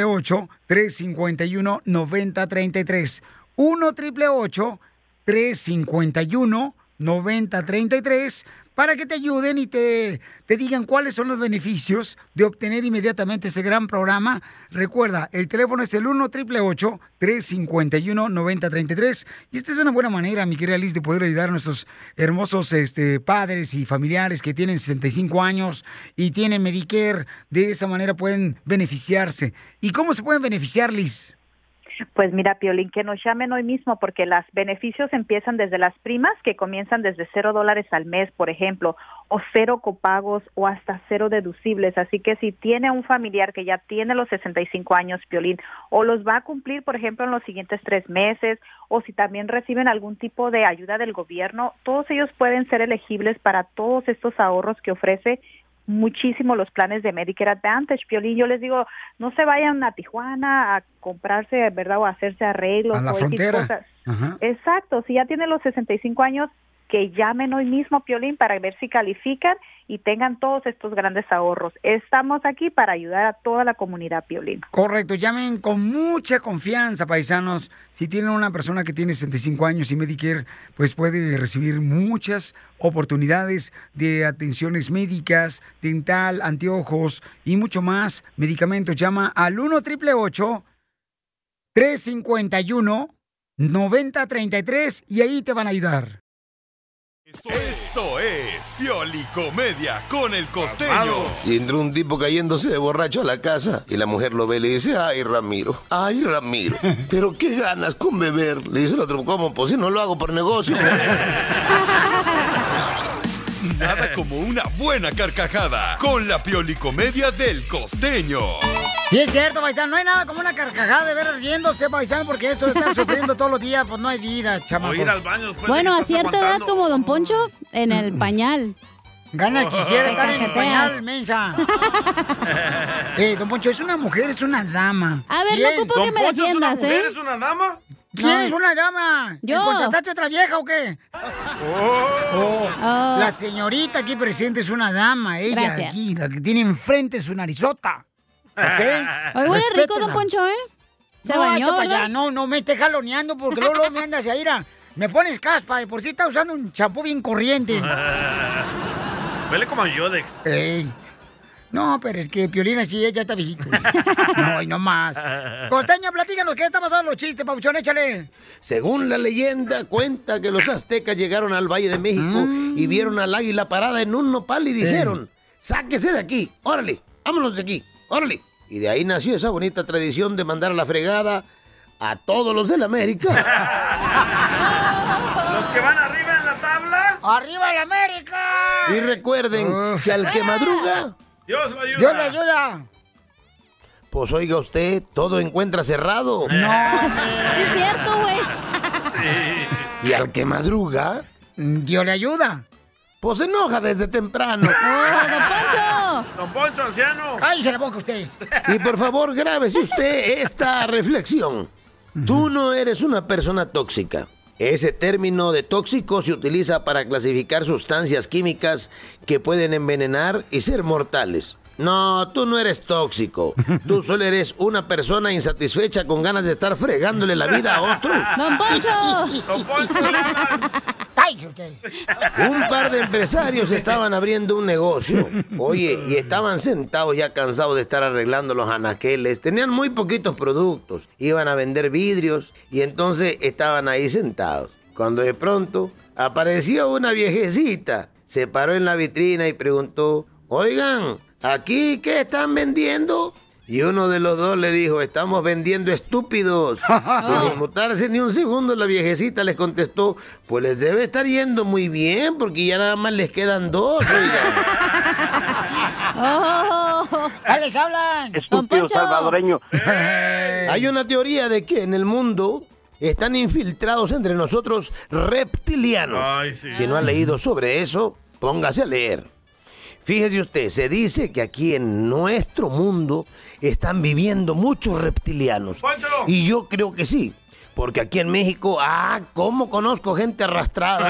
1-888-351-9033. 1-888-351-9033 para que te ayuden y te digan cuáles son los beneficios de obtener inmediatamente ese gran programa. Recuerda, el teléfono es el 1-888-351-9033 y esta es una buena manera, mi querida Liz, de poder ayudar a nuestros hermosos padres y familiares que tienen 65 años y tienen Medicare. De esa manera pueden beneficiarse. ¿Y cómo se pueden beneficiar, Liz? Pues mira, Piolín, que nos llamen hoy mismo porque los beneficios empiezan desde las primas, que comienzan desde $0 al mes, por ejemplo, o 0 copagos o hasta 0 deducibles. Así que si tiene un familiar que ya tiene los 65 años, Piolín, o los va a cumplir, por ejemplo, en los siguientes 3 meses, o si también reciben algún tipo de ayuda del gobierno, todos ellos pueden ser elegibles para todos estos ahorros que ofrece muchísimo los planes de Medicare Advantage, Piolín. Yo les digo, no se vayan a Tijuana a comprarse, ¿verdad? O a hacerse arreglos. A la frontera. Ajá. Exacto, si ya tienen los 65 años, que llamen hoy mismo, Piolín, para ver si califican y tengan todos estos grandes ahorros. Estamos aquí para ayudar a toda la comunidad, Piolín. Correcto, llamen con mucha confianza, paisanos. Si tienen una persona que tiene 65 años y Medicare, pues puede recibir muchas oportunidades de atenciones médicas, dental, anteojos y mucho más. Medicamentos, llama al 1-888-351-9033 y ahí te van a ayudar. Esto es Piolicomedia con el Costeño. Y entró un tipo cayéndose de borracho a la casa y la mujer lo ve y le dice, ay Ramiro, pero qué ganas con beber. Le dice el otro, ¿cómo? Pues si no lo hago por negocio. Nada como una buena carcajada con la Piolicomedia del Costeño. Sí, es cierto, paisano, no hay nada como una carcajada de ver riéndose, paisano, porque eso de estar sufriendo todos los días, pues no hay vida, chamacos. O ir al baño después Bueno, de que a cierta edad como Don Poncho, en el pañal. Gana quisiera estar en el pañal, mensa. Don Poncho, es una mujer, es una dama. A ver, no ocupo que me defiendas, ¿Don Poncho es una dama? ¿Quién es una dama? Yo. ¿Contrataste otra vieja o qué? La señorita aquí presente es una dama, ella. Gracias. Aquí, la que tiene enfrente su narizota. ¿Ok? Hoy huele rico, Don Poncho, ¿eh? Se bañó, ¿verdad? No me esté jaloneando porque luego me andas ahí, me pones caspa, de por sí está usando un champú bien corriente. Huele como a Yodex. No, pero es que Piolina sí, ya está viejito. No, y no más. Costeño, platícanos, ¿qué está pasando los chistes, Pauchón? Échale. Según la leyenda, cuenta que los aztecas llegaron al Valle de México y vieron al águila parada en un nopal y dijeron, sáquese de aquí, órale, vámonos de aquí, órale. Y de ahí nació esa bonita tradición de mandar a la fregada a todos los de la América. ¿Los que van arriba en la tabla? ¡Arriba la América! Y recuerden que al que madruga, Dios lo ayuda. ¡Dios le ayuda! pues oiga usted, todo encuentra cerrado. No, sí es cierto, güey. Y al que madruga, Dios le ayuda. Pues se enoja desde temprano. ¡Oh, Don Poncho! Don Poncho, anciano. ¡Cállese la boca usted! Y por favor, grábese usted esta reflexión. Tú no eres una persona tóxica. Ese término de tóxico se utiliza para clasificar sustancias químicas que pueden envenenar y ser mortales. No, tú no eres tóxico. Tú solo eres una persona insatisfecha con ganas de estar fregándole la vida a otros. ¡Don Poncho! Don Poncho, Un par de empresarios estaban abriendo un negocio. Oye, y estaban sentados ya cansados de estar arreglando los anaqueles. Tenían muy poquitos productos. Iban a vender vidrios y entonces estaban ahí sentados. Cuando de pronto apareció una viejecita. Se paró en la vitrina y preguntó, oigan, ¿aquí qué están vendiendo? Y uno de los dos le dijo, estamos vendiendo estúpidos. Sin inmutarse ni un segundo, la viejecita les contestó, pues les debe estar yendo muy bien, porque ya nada más les quedan 2, oigan. ¡Les hablan! Estúpido salvadoreño. Hay una teoría de que en el mundo están infiltrados entre nosotros reptilianos. Ay, sí. Si no ha leído sobre eso, póngase a leer. Fíjese usted, se dice que aquí en nuestro mundo están viviendo muchos reptilianos. ¡Poncho! Y yo creo que sí, porque aquí en México, cómo conozco gente arrastrada.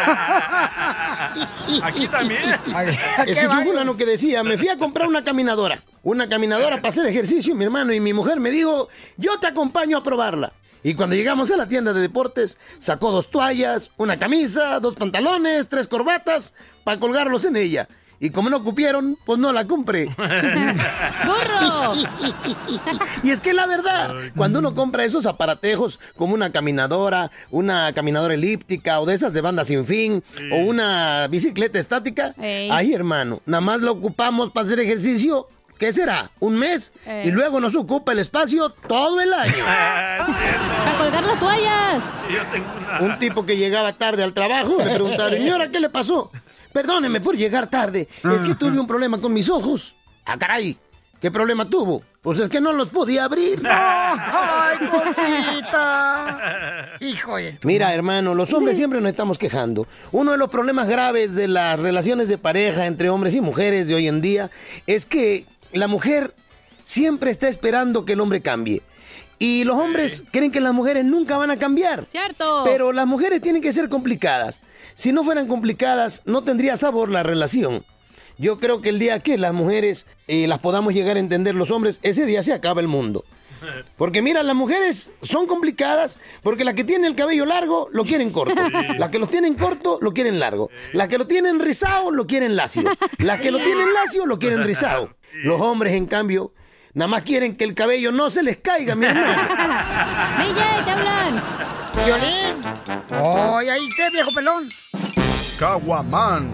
Aquí también. Escuché un fulano que decía, me fui a comprar una caminadora para hacer ejercicio, mi hermano, y mi mujer me dijo, yo te acompaño a probarla. Y cuando llegamos a la tienda de deportes, sacó 2 toallas, una camisa, 2 pantalones, 3 corbatas, para colgarlos en ella. Y como no cupieron, pues no la compré. ¡Burro! Y es que la verdad, cuando uno compra esos aparatejos como una caminadora elíptica o de esas de banda sin fin, o una bicicleta estática, ay hermano, nada más lo ocupamos para hacer ejercicio. ¿Qué será? ¿Un mes? Y luego nos ocupa el espacio todo el año. ¡Para colgar las toallas! Yo tengo una. Un tipo que llegaba tarde al trabajo, le preguntaron, señora, ¿qué le pasó? Perdóneme por llegar tarde, es que tuve un problema con mis ojos. ¡Ah, caray! ¿Qué problema tuvo? Pues es que no los podía abrir. ¡Ay, cosita! Híjole. Mira, hermano, los hombres siempre nos estamos quejando. Uno de los problemas graves de las relaciones de pareja entre hombres y mujeres de hoy en día es que la mujer siempre está esperando que el hombre cambie. Y los hombres creen que las mujeres nunca van a cambiar. ¡Cierto! Pero las mujeres tienen que ser complicadas. Si no fueran complicadas, no tendría sabor la relación. Yo creo que el día que las mujeres las podamos llegar a entender los hombres, ese día se acaba el mundo. Porque mira, las mujeres son complicadas porque la que tiene el cabello largo lo quieren corto. La que lo tienen corto lo quieren largo. La que lo tienen rizado lo quieren lacio. La que lo tienen lacio lo quieren rizado. Los hombres, en cambio, nada más quieren que el cabello no se les caiga, mi hermano. ¡DJ, te hablan! ¡Violín! ¡Ay, ahí esté, viejo pelón! Caguamán.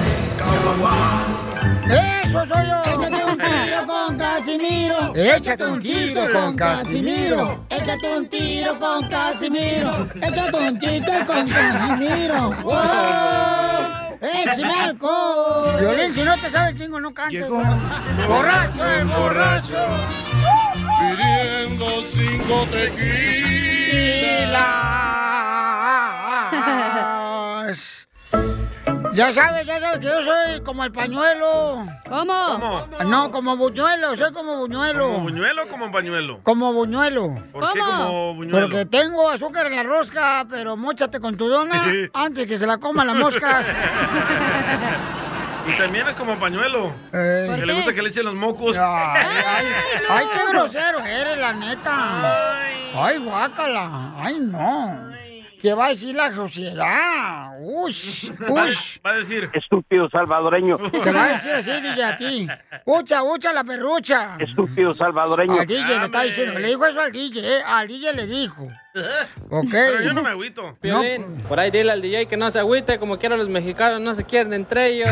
¡Eso soy yo! ¡Échate un tiro con Casimiro! ¡Échate un tiro con Casimiro! ¡Échate un tiro con Casimiro! ¡Échate un chiste con Casimiro! ¡Wow! ¡Échame alcohol! Violín, si no te sabes el chingo, no cantes. ¡Borracho el borracho! Pidiendo 5 tequilas. Ya sabes que yo soy como el pañuelo. ¿Cómo? No, como buñuelo, soy como buñuelo. ¿Como buñuelo o como pañuelo? Como buñuelo. ¿Por qué como buñuelo? Porque tengo azúcar en la rosca, pero móchate con tu dona antes que se la coman las moscas. Y también es como pañuelo. Que le gusta que le echen los mocos. Ay, qué grosero eres, la neta. Ay, guácala. Ay, no. ¿Qué va a decir la sociedad? ¡Ush! ¡Ush! Va a decir... Estúpido salvadoreño. Te va a decir así, DJ, a ti. ¡Ucha, ucha, la perrucha! Estúpido salvadoreño. Al DJ le está diciendo. Le dijo eso al DJ, Al DJ le dijo. Ok. Pero yo no me agüito. Piolín, por ahí dile al DJ que no se agüite, como quiera los mexicanos no se quieren entre ellos.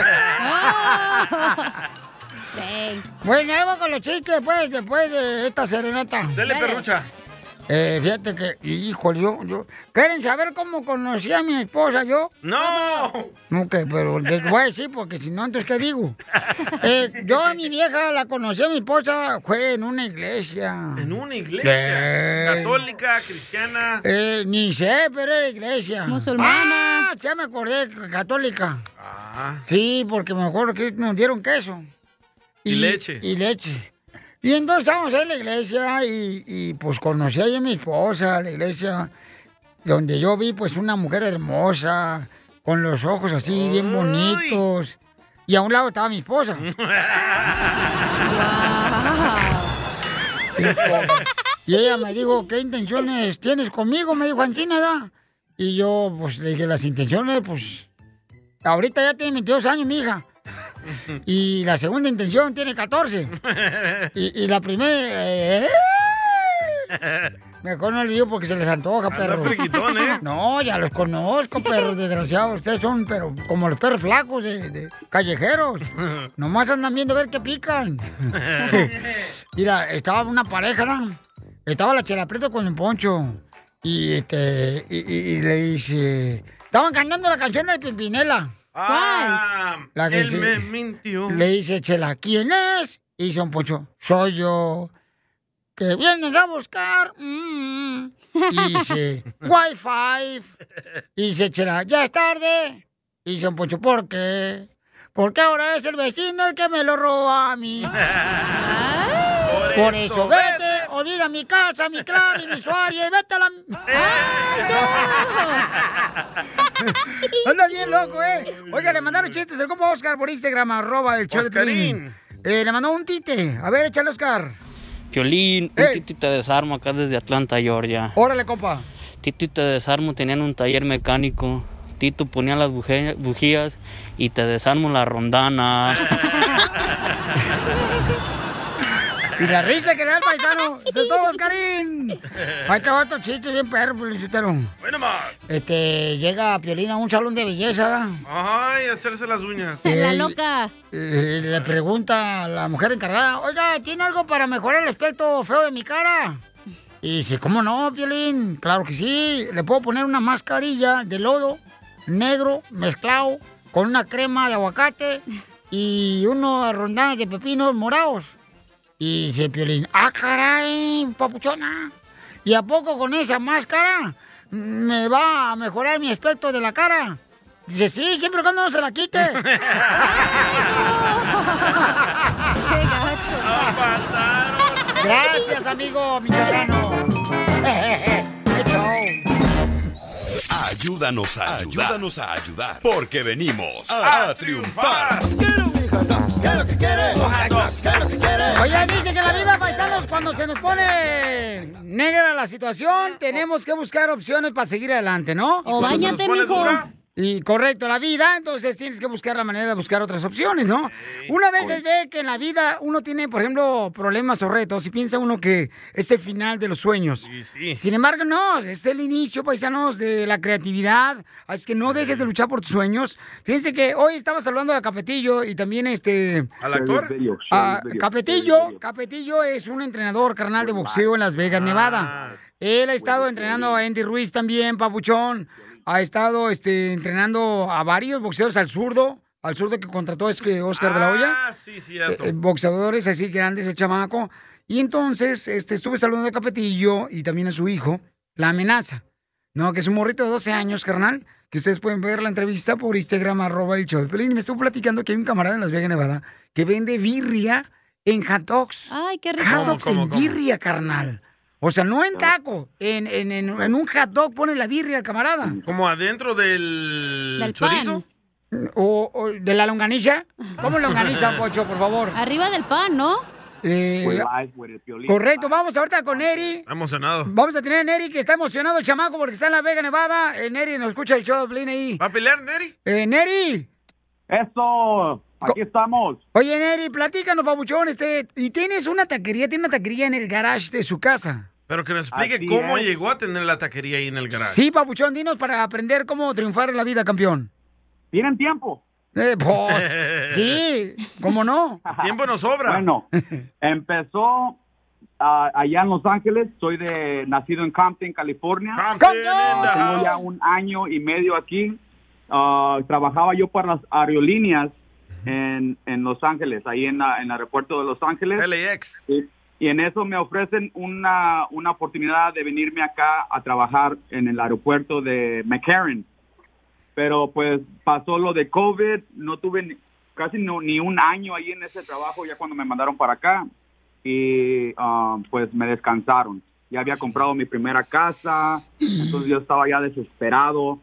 Bueno, ahí va con los chistes después de esta serenata. Dele, perrucha. Fíjate que, híjole, yo... ¿Quieren saber cómo conocí a mi esposa yo? ¡No! Ok, pero les voy a decir, porque si no, entonces, ¿qué digo? Yo a mi vieja la conocí a mi esposa, fue en una iglesia. ¿En una iglesia? ¿Católica, cristiana? Ni sé, pero era iglesia. ¿Musulmana? Ya me acordé, católica. Ah. Sí, porque me acuerdo que nos dieron queso. Y leche. Y leche. Y entonces estábamos en la iglesia y pues conocí a mi esposa, la iglesia, donde yo vi pues una mujer hermosa, con los ojos así bien bonitos. Y a un lado estaba mi esposa. Y ella me dijo, ¿qué intenciones tienes conmigo? Me dijo, Ancina, ¿da? Y yo pues le dije, las intenciones, pues, ahorita ya tiene 22 años mi hija. Y la segunda intención tiene 14. Y la primera... Mejor no le digo porque se les antoja, perro. Friquitón, ¿eh? No, ya los conozco, perros desgraciados. Ustedes son, pero como los perros flacos de callejeros. Nomás andan viendo a ver qué pican. Mira, estaba una pareja, ¿no? Estaba la Chela Prieto con el Poncho. Y le dice... Estaban cantando la canción de Pimpinela. ¿Cuál? La que Él me mintió. Le dice Chela, ¿quién es? Y dice un Poncho, soy yo. Que vienes a buscar. Instagram. Y dice, Wi-Fi. Y dice, Chela, ya es tarde. Y dice un Poncho, ¿por qué? Porque ahora es el vecino el que me lo roba a mí. Por eso, vete, olvida mi casa, mi clave, mi usuario y vete a la... Andas bien loco, Oiga, le mandaron chistes el compa Oscar por Instagram, @el show de Piolín. Le mandó un tite. A ver, échale, Oscar. Piolín, un Tito y te desarmo acá desde Atlanta, Georgia. Órale, compa. Tito y te desarmo tenían un taller mecánico. Tito ponía las bujías y te desarmo la rondana. Y la risa que le da el paisano. Eso es todo, Oscarín. Ahí te va otro chiste bien perro, felicitero. Bueno, más. Llega Piolín a un salón de belleza. Ay, hacerse las uñas. La loca. Le pregunta a la mujer encargada, oiga, ¿tiene algo para mejorar el aspecto feo de mi cara? Y dice, ¿cómo no, Piolín? Claro que sí. Le puedo poner una mascarilla de lodo negro mezclado con una crema de aguacate y unas rondanas de pepinos morados. Y dice Piolín, ¡ah, caray, papuchona! ¿Y a poco con esa máscara me va a mejorar mi aspecto de la cara? Dice, sí, siempre y cuando no se la quite. ¡Qué gacho! Gracias, amigo michoacano. ¡Qué show! Ayúdanos a ayudar. Porque venimos a triunfar. Oigan, dice que la vida, paisanos, cuando se nos pone negra la situación, tenemos que buscar opciones para seguir adelante, ¿no? O báñate, mijo. Y correcto, la vida, entonces tienes que buscar la manera de buscar otras opciones, ¿no? Una vez ve que en la vida uno tiene, por ejemplo, problemas o retos y piensa uno que es el final de los sueños. Sí. Sin embargo, no, es el inicio, paisanos, de la creatividad. Así que no dejes de luchar por tus sueños. Fíjense que hoy estaba saludando a Capetillo y también ¿al actor? Capetillo es un entrenador carnal de boxeo en Las Vegas, Nevada. Él ha estado entrenando a Andy Ruiz también, papuchón. Ha estado entrenando a varios boxeadores, al zurdo que contrató Oscar de la Hoya. Sí, cierto. Boxeadores así grandes, el chamaco. Y entonces estuve saludando a Capetillo y también a su hijo, La Amenaza, ¿no? Que es un morrito de 12 años, carnal, que ustedes pueden ver la entrevista por Instagram, @el show de Piolín. Y me estuvo platicando que hay un camarada en Las Vegas, Nevada, que vende birria en hot dogs. Ay, qué rico. Hot dogs en birria, carnal. O sea, no en taco, en un hot dog pone la birria al camarada. ¿Como adentro del chorizo? ¿O de la longaniza? ¿Cómo longaniza, Pocho, por favor? Arriba del pan, ¿no? Correcto, vamos ahorita con Neri. Está emocionado. Vamos a tener a Neri, que está emocionado el chamaco porque está en La Vega, Nevada. Neri nos escucha el show de Piolín ahí. ¿Va a pelear, Neri? Neri. Eso, aquí estamos. Oye, Neri, platícanos, papuchón, y tiene una taquería en el garage de su casa. Pero que nos explique cómo llegó a tener la taquería ahí en el garage. Sí, papuchón, dinos para aprender cómo triunfar en la vida, campeón. ¿Tienen tiempo? Pues, sí, ¿cómo no? El tiempo nos sobra. Bueno, empezó allá en Los Ángeles. Soy nacido en Compton, California. Tengo ya 1 año y medio aquí. Trabajaba yo para las aerolíneas en Los Ángeles, ahí en el aeropuerto de Los Ángeles. LAX. Y en eso me ofrecen una oportunidad de venirme acá a trabajar en el aeropuerto de McCarran. Pero pues pasó lo de COVID, no tuve casi ni 1 año ahí en ese trabajo ya cuando me mandaron para acá. Y pues me descansaron. Ya había comprado mi primera casa, entonces yo estaba ya desesperado.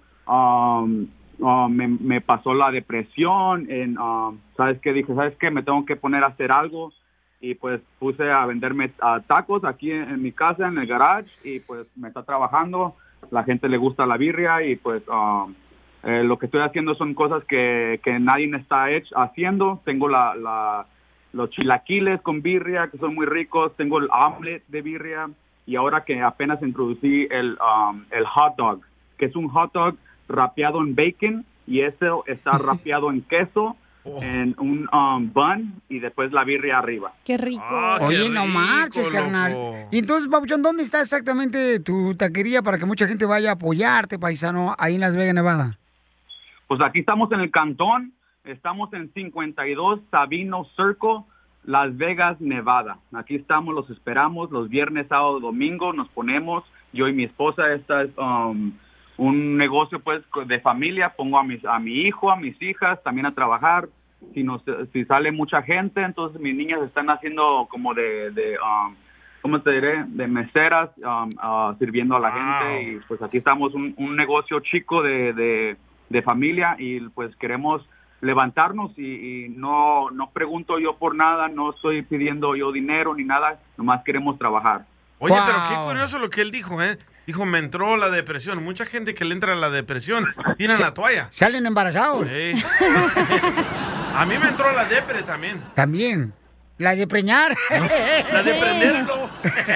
Me pasó la depresión. ¿Sabes qué? Dije, ¿sabes qué? Me tengo que poner a hacer algo. Y pues puse a venderme tacos aquí en mi casa, en el garage. Y pues me está trabajando. La gente le gusta la birria. Y pues lo que estoy haciendo son cosas que nadie está haciendo. Tengo los chilaquiles con birria, que son muy ricos. Tengo el omelet de birria. Y ahora que apenas introducí el hot dog, que es un hot dog rapeado en bacon. Y eso está rapeado en queso. En un bun y después la birria arriba. ¡Qué rico! Oye, no marches, carnal. Y entonces, papuchón, ¿dónde está exactamente tu taquería para que mucha gente vaya a apoyarte, paisano, ahí en Las Vegas, Nevada? Pues aquí estamos en el Cantón. Estamos en 52 Sabino Circle, Las Vegas, Nevada. Aquí estamos, los esperamos. Los viernes, sábado, domingo nos ponemos yo y mi esposa, esta es un negocio pues de familia, pongo a mi hijo, a mis hijas también a trabajar. Si sale mucha gente, entonces mis niñas están haciendo como ¿cómo te diré? De meseras, sirviendo a la gente, y pues aquí estamos un negocio chico de familia, y pues queremos levantarnos y no pregunto yo por nada, no estoy pidiendo yo dinero ni nada, nomás queremos trabajar. Oye, pero qué curioso lo que él dijo, ¿eh? Dijo, me entró la depresión. Mucha gente que le entra la depresión tiran la toalla. Salen embarazados. Sí. A mí me entró la depre también. También. La de preñar. No, la de prenderlo.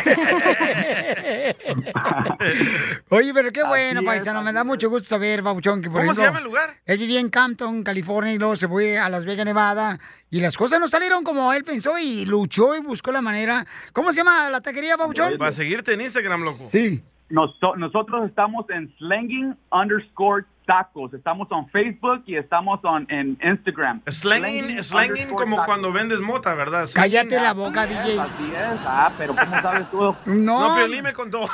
Oye, pero qué bueno, paisano. Me da mucho gusto saber, Papuchón, que por ¿Cómo ejemplo, se llama el lugar? Él vivía en Campton, California, y luego se fue a Las Vegas, Nevada, y las cosas no salieron como él pensó, y luchó y buscó la manera. ¿Cómo se llama la taquería, Papuchón? Va a seguirte en Instagram, loco. Sí. Nosotros estamos en slanging_tacos. Estamos en Facebook y estamos en Instagram. Slanging como cuando vendes mota, ¿verdad? Cállate la boca, DJ. Así es. Pero ¿cómo sabes tú? No, Piolín me contó.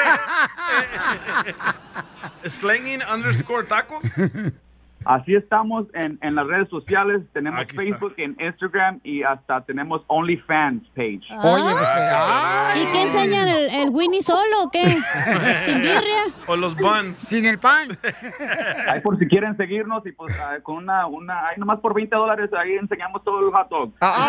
Slanging_tacos. Así estamos en las redes sociales. Tenemos Aquí Facebook, en Instagram, y hasta tenemos OnlyFans page. Oye, ¿Y qué enseñan? ¿El Winnie solo o qué? ¿Sin birria? O los buns. Sin el pan. Ahí por si quieren seguirnos, y pues con ahí nomás por $20 ahí enseñamos todo el hot dog.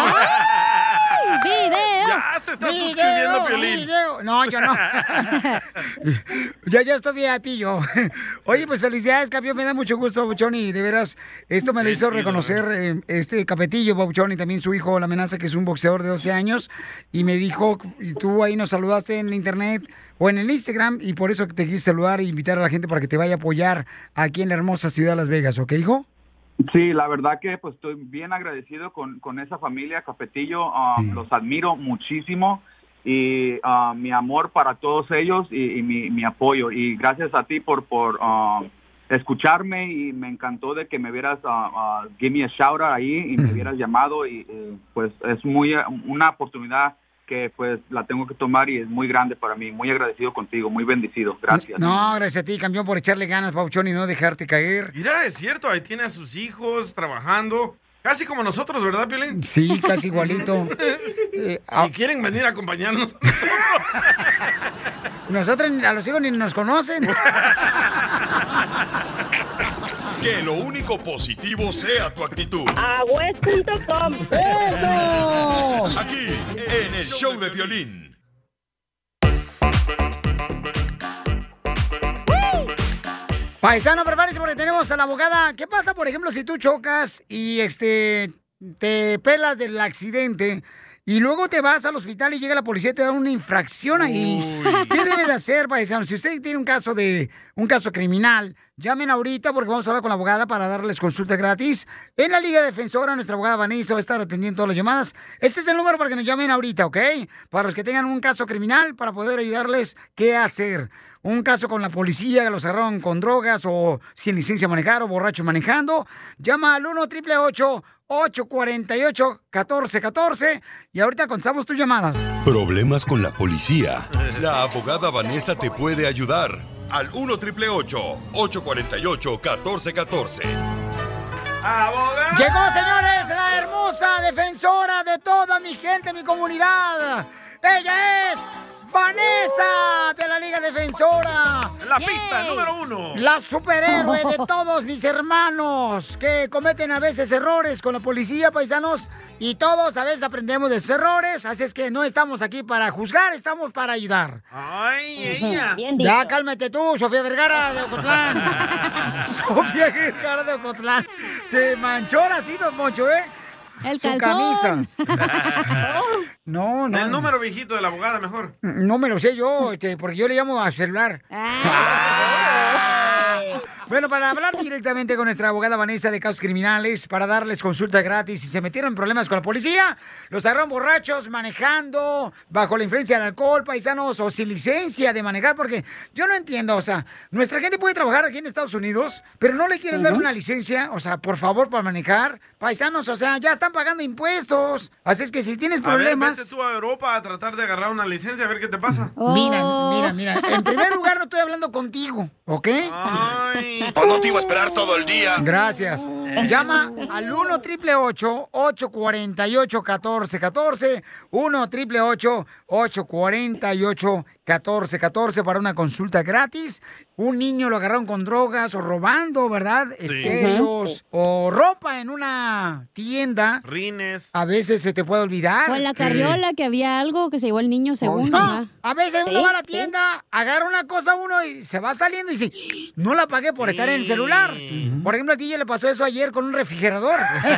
¡Video! Ya se está suscribiendo, Piolín. No, yo no. ya estoy VIP yo. Oye, pues felicidades, campeón. Me da mucho gusto, Papuchón, y de veras, esto me lo hizo reconocer este Capetillo, Papuchón, y también su hijo, La Amenaza, que es un boxeador de 12 años, y me dijo, y tú ahí nos saludaste en el internet o en el Instagram, y por eso te quise saludar e invitar a la gente para que te vaya a apoyar aquí en la hermosa ciudad de Las Vegas, ¿ok, hijo? Sí, la verdad que pues estoy bien agradecido con esa familia Capetillo. Los admiro muchísimo, y mi amor para todos ellos, y mi apoyo. Y gracias a ti por escucharme, y me encantó de que me hubieras give me a shout out ahí y me hubieras llamado, y pues es una oportunidad que pues la tengo que tomar, y es muy grande para mí. Muy agradecido contigo, muy bendecido. Gracias. No, gracias a ti, campeón, por echarle ganas, Papuchón, y no dejarte caer. Mira, es cierto, ahí tiene a sus hijos trabajando, casi como nosotros, ¿verdad, Piolín? Sí, casi igualito. Y quieren venir a acompañarnos. Nosotros a los hijos ni nos conocen. Que lo único positivo sea tu actitud. Agüez.com. ¡Eso! Aquí, en el show de Piolín. Paisano, prepárense porque tenemos a la abogada. ¿Qué pasa, por ejemplo, si tú chocas y te pelas del accidente y luego te vas al hospital y llega la policía y te da una infracción ahí? ¿Qué debe de hacer, paisano? Si usted tiene un caso criminal, llamen ahorita porque vamos a hablar con la abogada para darles consulta gratis. En la Liga Defensora, nuestra abogada Vanessa va a estar atendiendo todas las llamadas. Este es el número para que nos llamen ahorita, ¿ok? Para los que tengan un caso criminal, para poder ayudarles qué hacer. Un caso con la policía, que los agarraron con drogas o sin licencia de manejar o borrachos manejando. Llama al 1-888-848-1414 y ahorita contestamos tus llamadas. Problemas con la policía. La abogada Vanessa te puede ayudar. Al 1-888-848-1414. ¡Abogada! Llegó, señores, la hermosa defensora de toda mi gente, mi comunidad. Ella es Vanessa de la Liga Defensora. La pista número 1. La superhéroe de todos mis hermanos que cometen a veces errores con la policía, paisanos. Y todos a veces aprendemos de sus errores. Así es que no estamos aquí para juzgar, estamos para ayudar. ¡Ay, ella! Ya cálmate tú, Sofía Vergara de Ocotlán. Sofía Vergara de Ocotlán. Se manchó así, don Poncho, ¿eh? El su calzón. Camisa. No. El número viejito de la abogada, mejor. No me lo sé yo, porque yo le llamo a celular. Bueno, para hablar directamente con nuestra abogada Vanessa de casos criminales, para darles consulta gratis si se metieron en problemas con la policía, los agarraron borrachos, manejando, bajo la influencia del alcohol, paisanos, o sin licencia de manejar, porque yo no entiendo, o sea, nuestra gente puede trabajar aquí en Estados Unidos, pero no le quieren dar una licencia, o sea, por favor, para manejar. Paisanos, o sea, ya están pagando impuestos, así es que si tienes problemas... Vete tú a Europa a tratar de agarrar una licencia a ver qué te pasa. Mira, mira, en primer lugar no estoy hablando contigo, ¿ok? O no te iba a esperar todo el día. Gracias. Llama al 1-888-848-1414, 1-888-848-1414 para una consulta gratis. Un niño lo agarraron con drogas o robando, ¿verdad? Estéreos o ropa en una tienda. Rines. A veces se te puede olvidar. O en la carriola que había algo que se llevó el niño según. No, a veces uno va a la tienda, agarra una cosa uno y se va saliendo y dice, no la pagué por estar en el celular. Por ejemplo, a ti ya le pasó eso ayer con un refrigerador.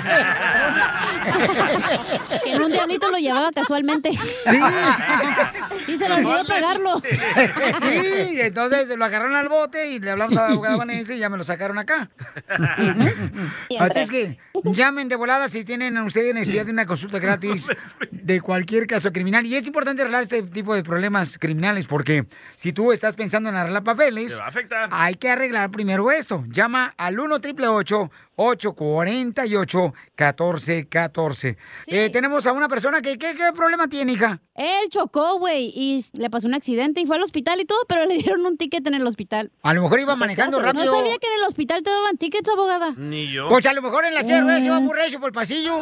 Que en un diablito lo llevaba casualmente. Sí. Y se lo olvidó pagarlo. Sí, entonces lo agarraron al bote y le hablamos a la abogada Vanessa y ya me lo sacaron acá. Así es que llamen de volada si tienen ustedes necesidad de una consulta gratis de cualquier caso criminal. Y es importante arreglar este tipo de problemas criminales porque si tú estás pensando en arreglar papeles, Te va a afectar. hay que arreglar primero esto. Llama al 1-888-848-1414. Tenemos a una persona que, ¿qué problema tiene, hija? Él chocó, güey, y le pasó un accidente y fue al hospital y todo, pero le dieron un ticket en el hospital. A lo mejor iba manejando rápido. No sabía que en el hospital te daban tickets, abogada. Ni yo. Pues a lo mejor en la silla de ruedas iba muy recio por el pasillo.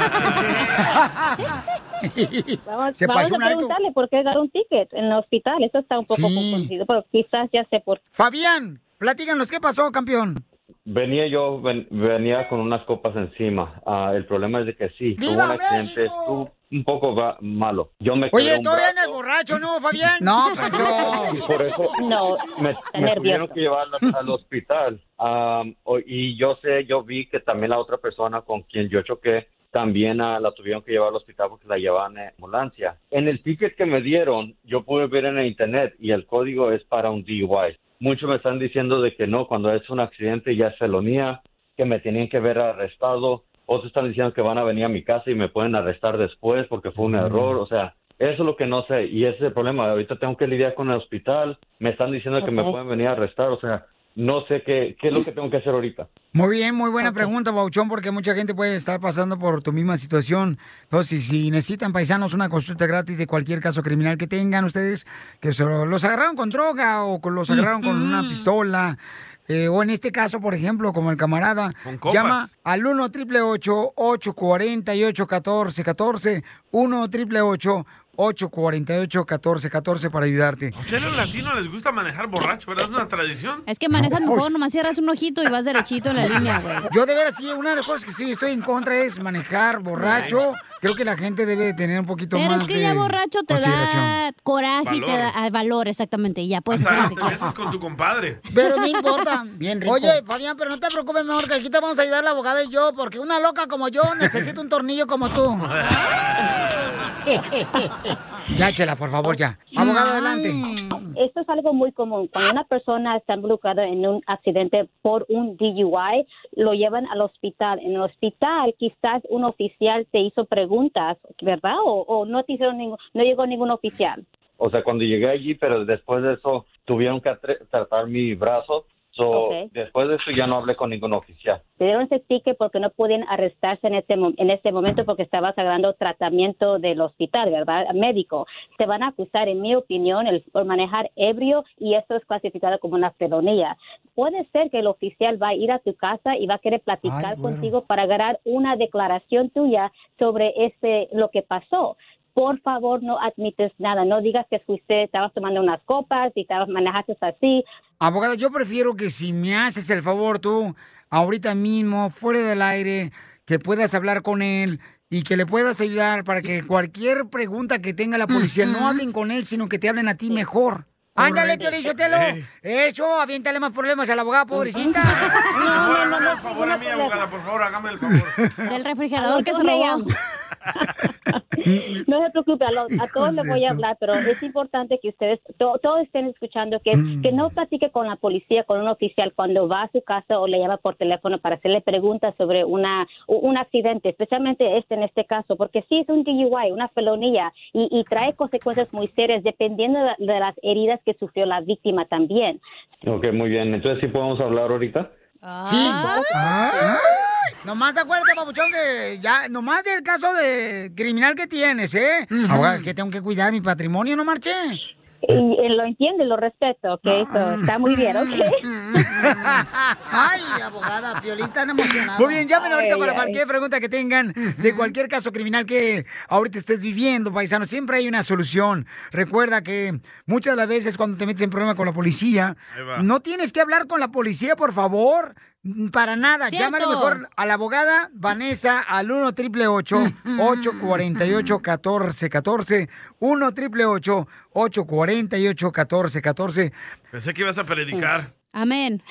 Vamos Se a pasó un alto. preguntarle por qué dar un ticket en el hospital. Eso está un poco confundido, pero quizás ya sé por qué. Fabián, platícanos, ¿qué pasó, campeón? Venía con unas copas encima. El problema es de que sí, tuvo ¡Viva un accidente, estuvo un poco malo. Yo me Oye, quebré un todavía brazo andas borracho, ¿no, Fabián? No, Pancho. y por eso no, me tuvieron que llevar al hospital. Y yo vi que también la otra persona con quien yo choqué también la tuvieron que llevar al hospital porque la llevaban en ambulancia. En el ticket que me dieron, yo pude ver en el internet y el código es para un DUI. Muchos me están diciendo de que no, cuando es un accidente ya es felonía, que me tienen que ver arrestado. Otros están diciendo que van a venir a mi casa y me pueden arrestar después porque fue un error. O sea, eso es lo que no sé y ese es el problema. Ahorita tengo que lidiar con el hospital. Me están diciendo que me pueden venir a arrestar. O sea, no sé qué es lo que tengo que hacer ahorita. Muy bien, muy buena pregunta, Bauchón, porque mucha gente puede estar pasando por tu misma situación. Entonces, si necesitan, paisanos, una consulta gratis de cualquier caso criminal que tengan ustedes, que los agarraron con droga o los agarraron con una pistola, o en este caso, por ejemplo, como el camarada, llama al 1-888-848-1414, 1-888-848-1414 para ayudarte. ¿A ustedes los latinos les gusta manejar borracho, verdad? Es una tradición. Es que manejas mejor, nomás cierras un ojito y vas derechito en la línea, güey. Yo de veras, sí, una de las cosas que sí estoy en contra es manejar borracho. Creo que la gente debe de tener un poquito Pero más es que ya borracho te da coraje y te da valor, exactamente. Y ya puedes hacer lo que Te quieras. besas con tu compadre. Pero no importa. Bien rico. Oye, Fabián, pero no te preocupes, mejor que aquí te vamos a ayudar la abogada y yo, porque una loca como yo necesita un tornillo como tú. Ya, Chela, por favor, ya. Abogada, adelante. Esto es algo muy común. Cuando una persona está involucrada en un accidente por un DUI, lo llevan al hospital. En el hospital, quizás un oficial te hizo preguntas, ¿verdad? O no te hicieron no llegó ningún oficial. O sea, cuando llegué allí, pero después de eso tuvieron que tratar mi brazo. Después de eso ya no hablé con ningún oficial. Te dieron ese ticket porque no podían arrestarse en este momento porque estabas agarrando tratamiento del hospital, ¿verdad? Médico. Te van a acusar, en mi opinión, por manejar ebrio y esto es clasificado como una felonía. Puede ser que el oficial va a ir a tu casa y va a querer platicar contigo para agarrar una declaración tuya sobre lo que pasó. Por favor, no admites nada. No digas que estabas tomando unas copas y manejaste así. Abogada, yo prefiero que si me haces el favor tú, ahorita mismo, fuera del aire, que puedas hablar con él y que le puedas ayudar para que cualquier pregunta que tenga la policía no hablen con él, sino que te hablen a ti mejor. Ándale, Piolín Sotelo. Eso, aviéntale más problemas a la abogada, pobrecita. Hágame el favor a mí, abogada, por favor, hágame el favor. Del refrigerador que se robó. No se preocupe, a todos les voy a hablar, pero es importante que ustedes todos estén escuchando que no platique con la policía, con un oficial cuando va a su casa o le llama por teléfono para hacerle preguntas sobre un accidente, especialmente en este caso, porque sí es un DUI, una felonía y trae consecuencias muy serias dependiendo de las heridas que sufrió la víctima también. Ok, muy bien. Entonces, ¿sí podemos hablar ahorita? Sí. Nomás acuérdate, papuchón, que ya, nomás del caso de criminal que tienes, ¿eh? Abogada, que tengo que cuidar mi patrimonio, no marché. Y lo entiendo y lo respeto, ¿ok? Eso está muy bien, ¿ok? Ay, abogada, Piolín, tan emocionado. Muy bien, llamen ahorita para cualquier pregunta que tengan de cualquier caso criminal que ahorita estés viviendo, paisano. Siempre hay una solución. Recuerda que muchas de las veces cuando te metes en problema con la policía, no tienes que hablar con la policía, por favor. Para nada. ¿Cierto? Llámale mejor a la abogada Vanessa al 1-888-848-1414. 1-888-848-1414. Pensé que ibas a predicar. Amén.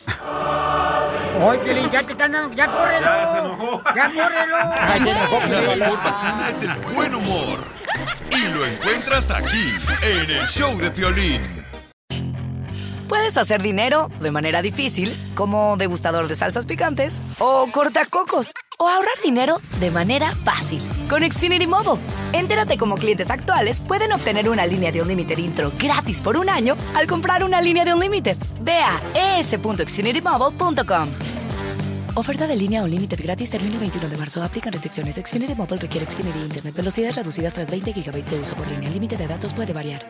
Oye, Piolín, ya te están dando... ¡Ya córrelo! Ya se enojó. ¡Ya córrelo! La mejor vacuna es el buen humor. Y lo encuentras aquí, en el show de Piolín. Puedes hacer dinero de manera difícil, como degustador de salsas picantes, o cortacocos, o ahorrar dinero de manera fácil con Xfinity Mobile. Entérate cómo clientes actuales pueden obtener una línea de Unlimited intro gratis por un año al comprar una línea de Unlimited. Ve a es.xfinitymobile.com. Oferta de línea Unlimited gratis termina el 21 de marzo. Aplican restricciones. Xfinity Mobile requiere Xfinity Internet. Velocidades reducidas tras 20 GB de uso por línea. El límite de datos puede variar.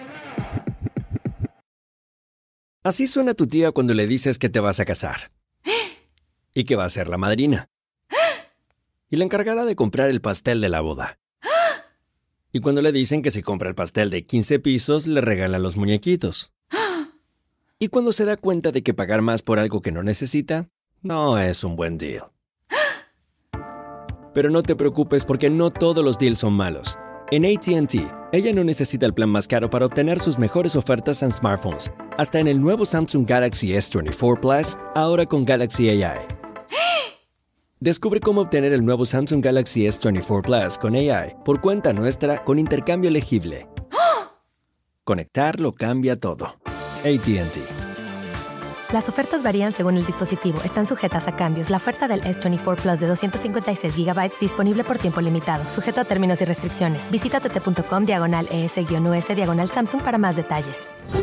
Así suena tu tía cuando le dices que te vas a casar. Y que va a ser la madrina. Y la encargada de comprar el pastel de la boda. Y cuando le dicen que si compra el pastel de 15 pisos, le regalan los muñequitos. Y cuando se da cuenta de que pagar más por algo que no necesita, no es un buen deal. Pero no te preocupes porque no todos los deals son malos. En AT&T, ella no necesita el plan más caro para obtener sus mejores ofertas en smartphones. Hasta en el nuevo Samsung Galaxy S24 Plus, ahora con Galaxy AI. Descubre cómo obtener el nuevo Samsung Galaxy S24 Plus con AI por cuenta nuestra con intercambio elegible. Conectar lo cambia todo. AT&T. Las ofertas varían según el dispositivo. Están sujetas a cambios. La oferta del S24 Plus de 256 GB disponible por tiempo limitado. Sujeto a términos y restricciones. Visita tt.com/ES-US/Samsung para más detalles.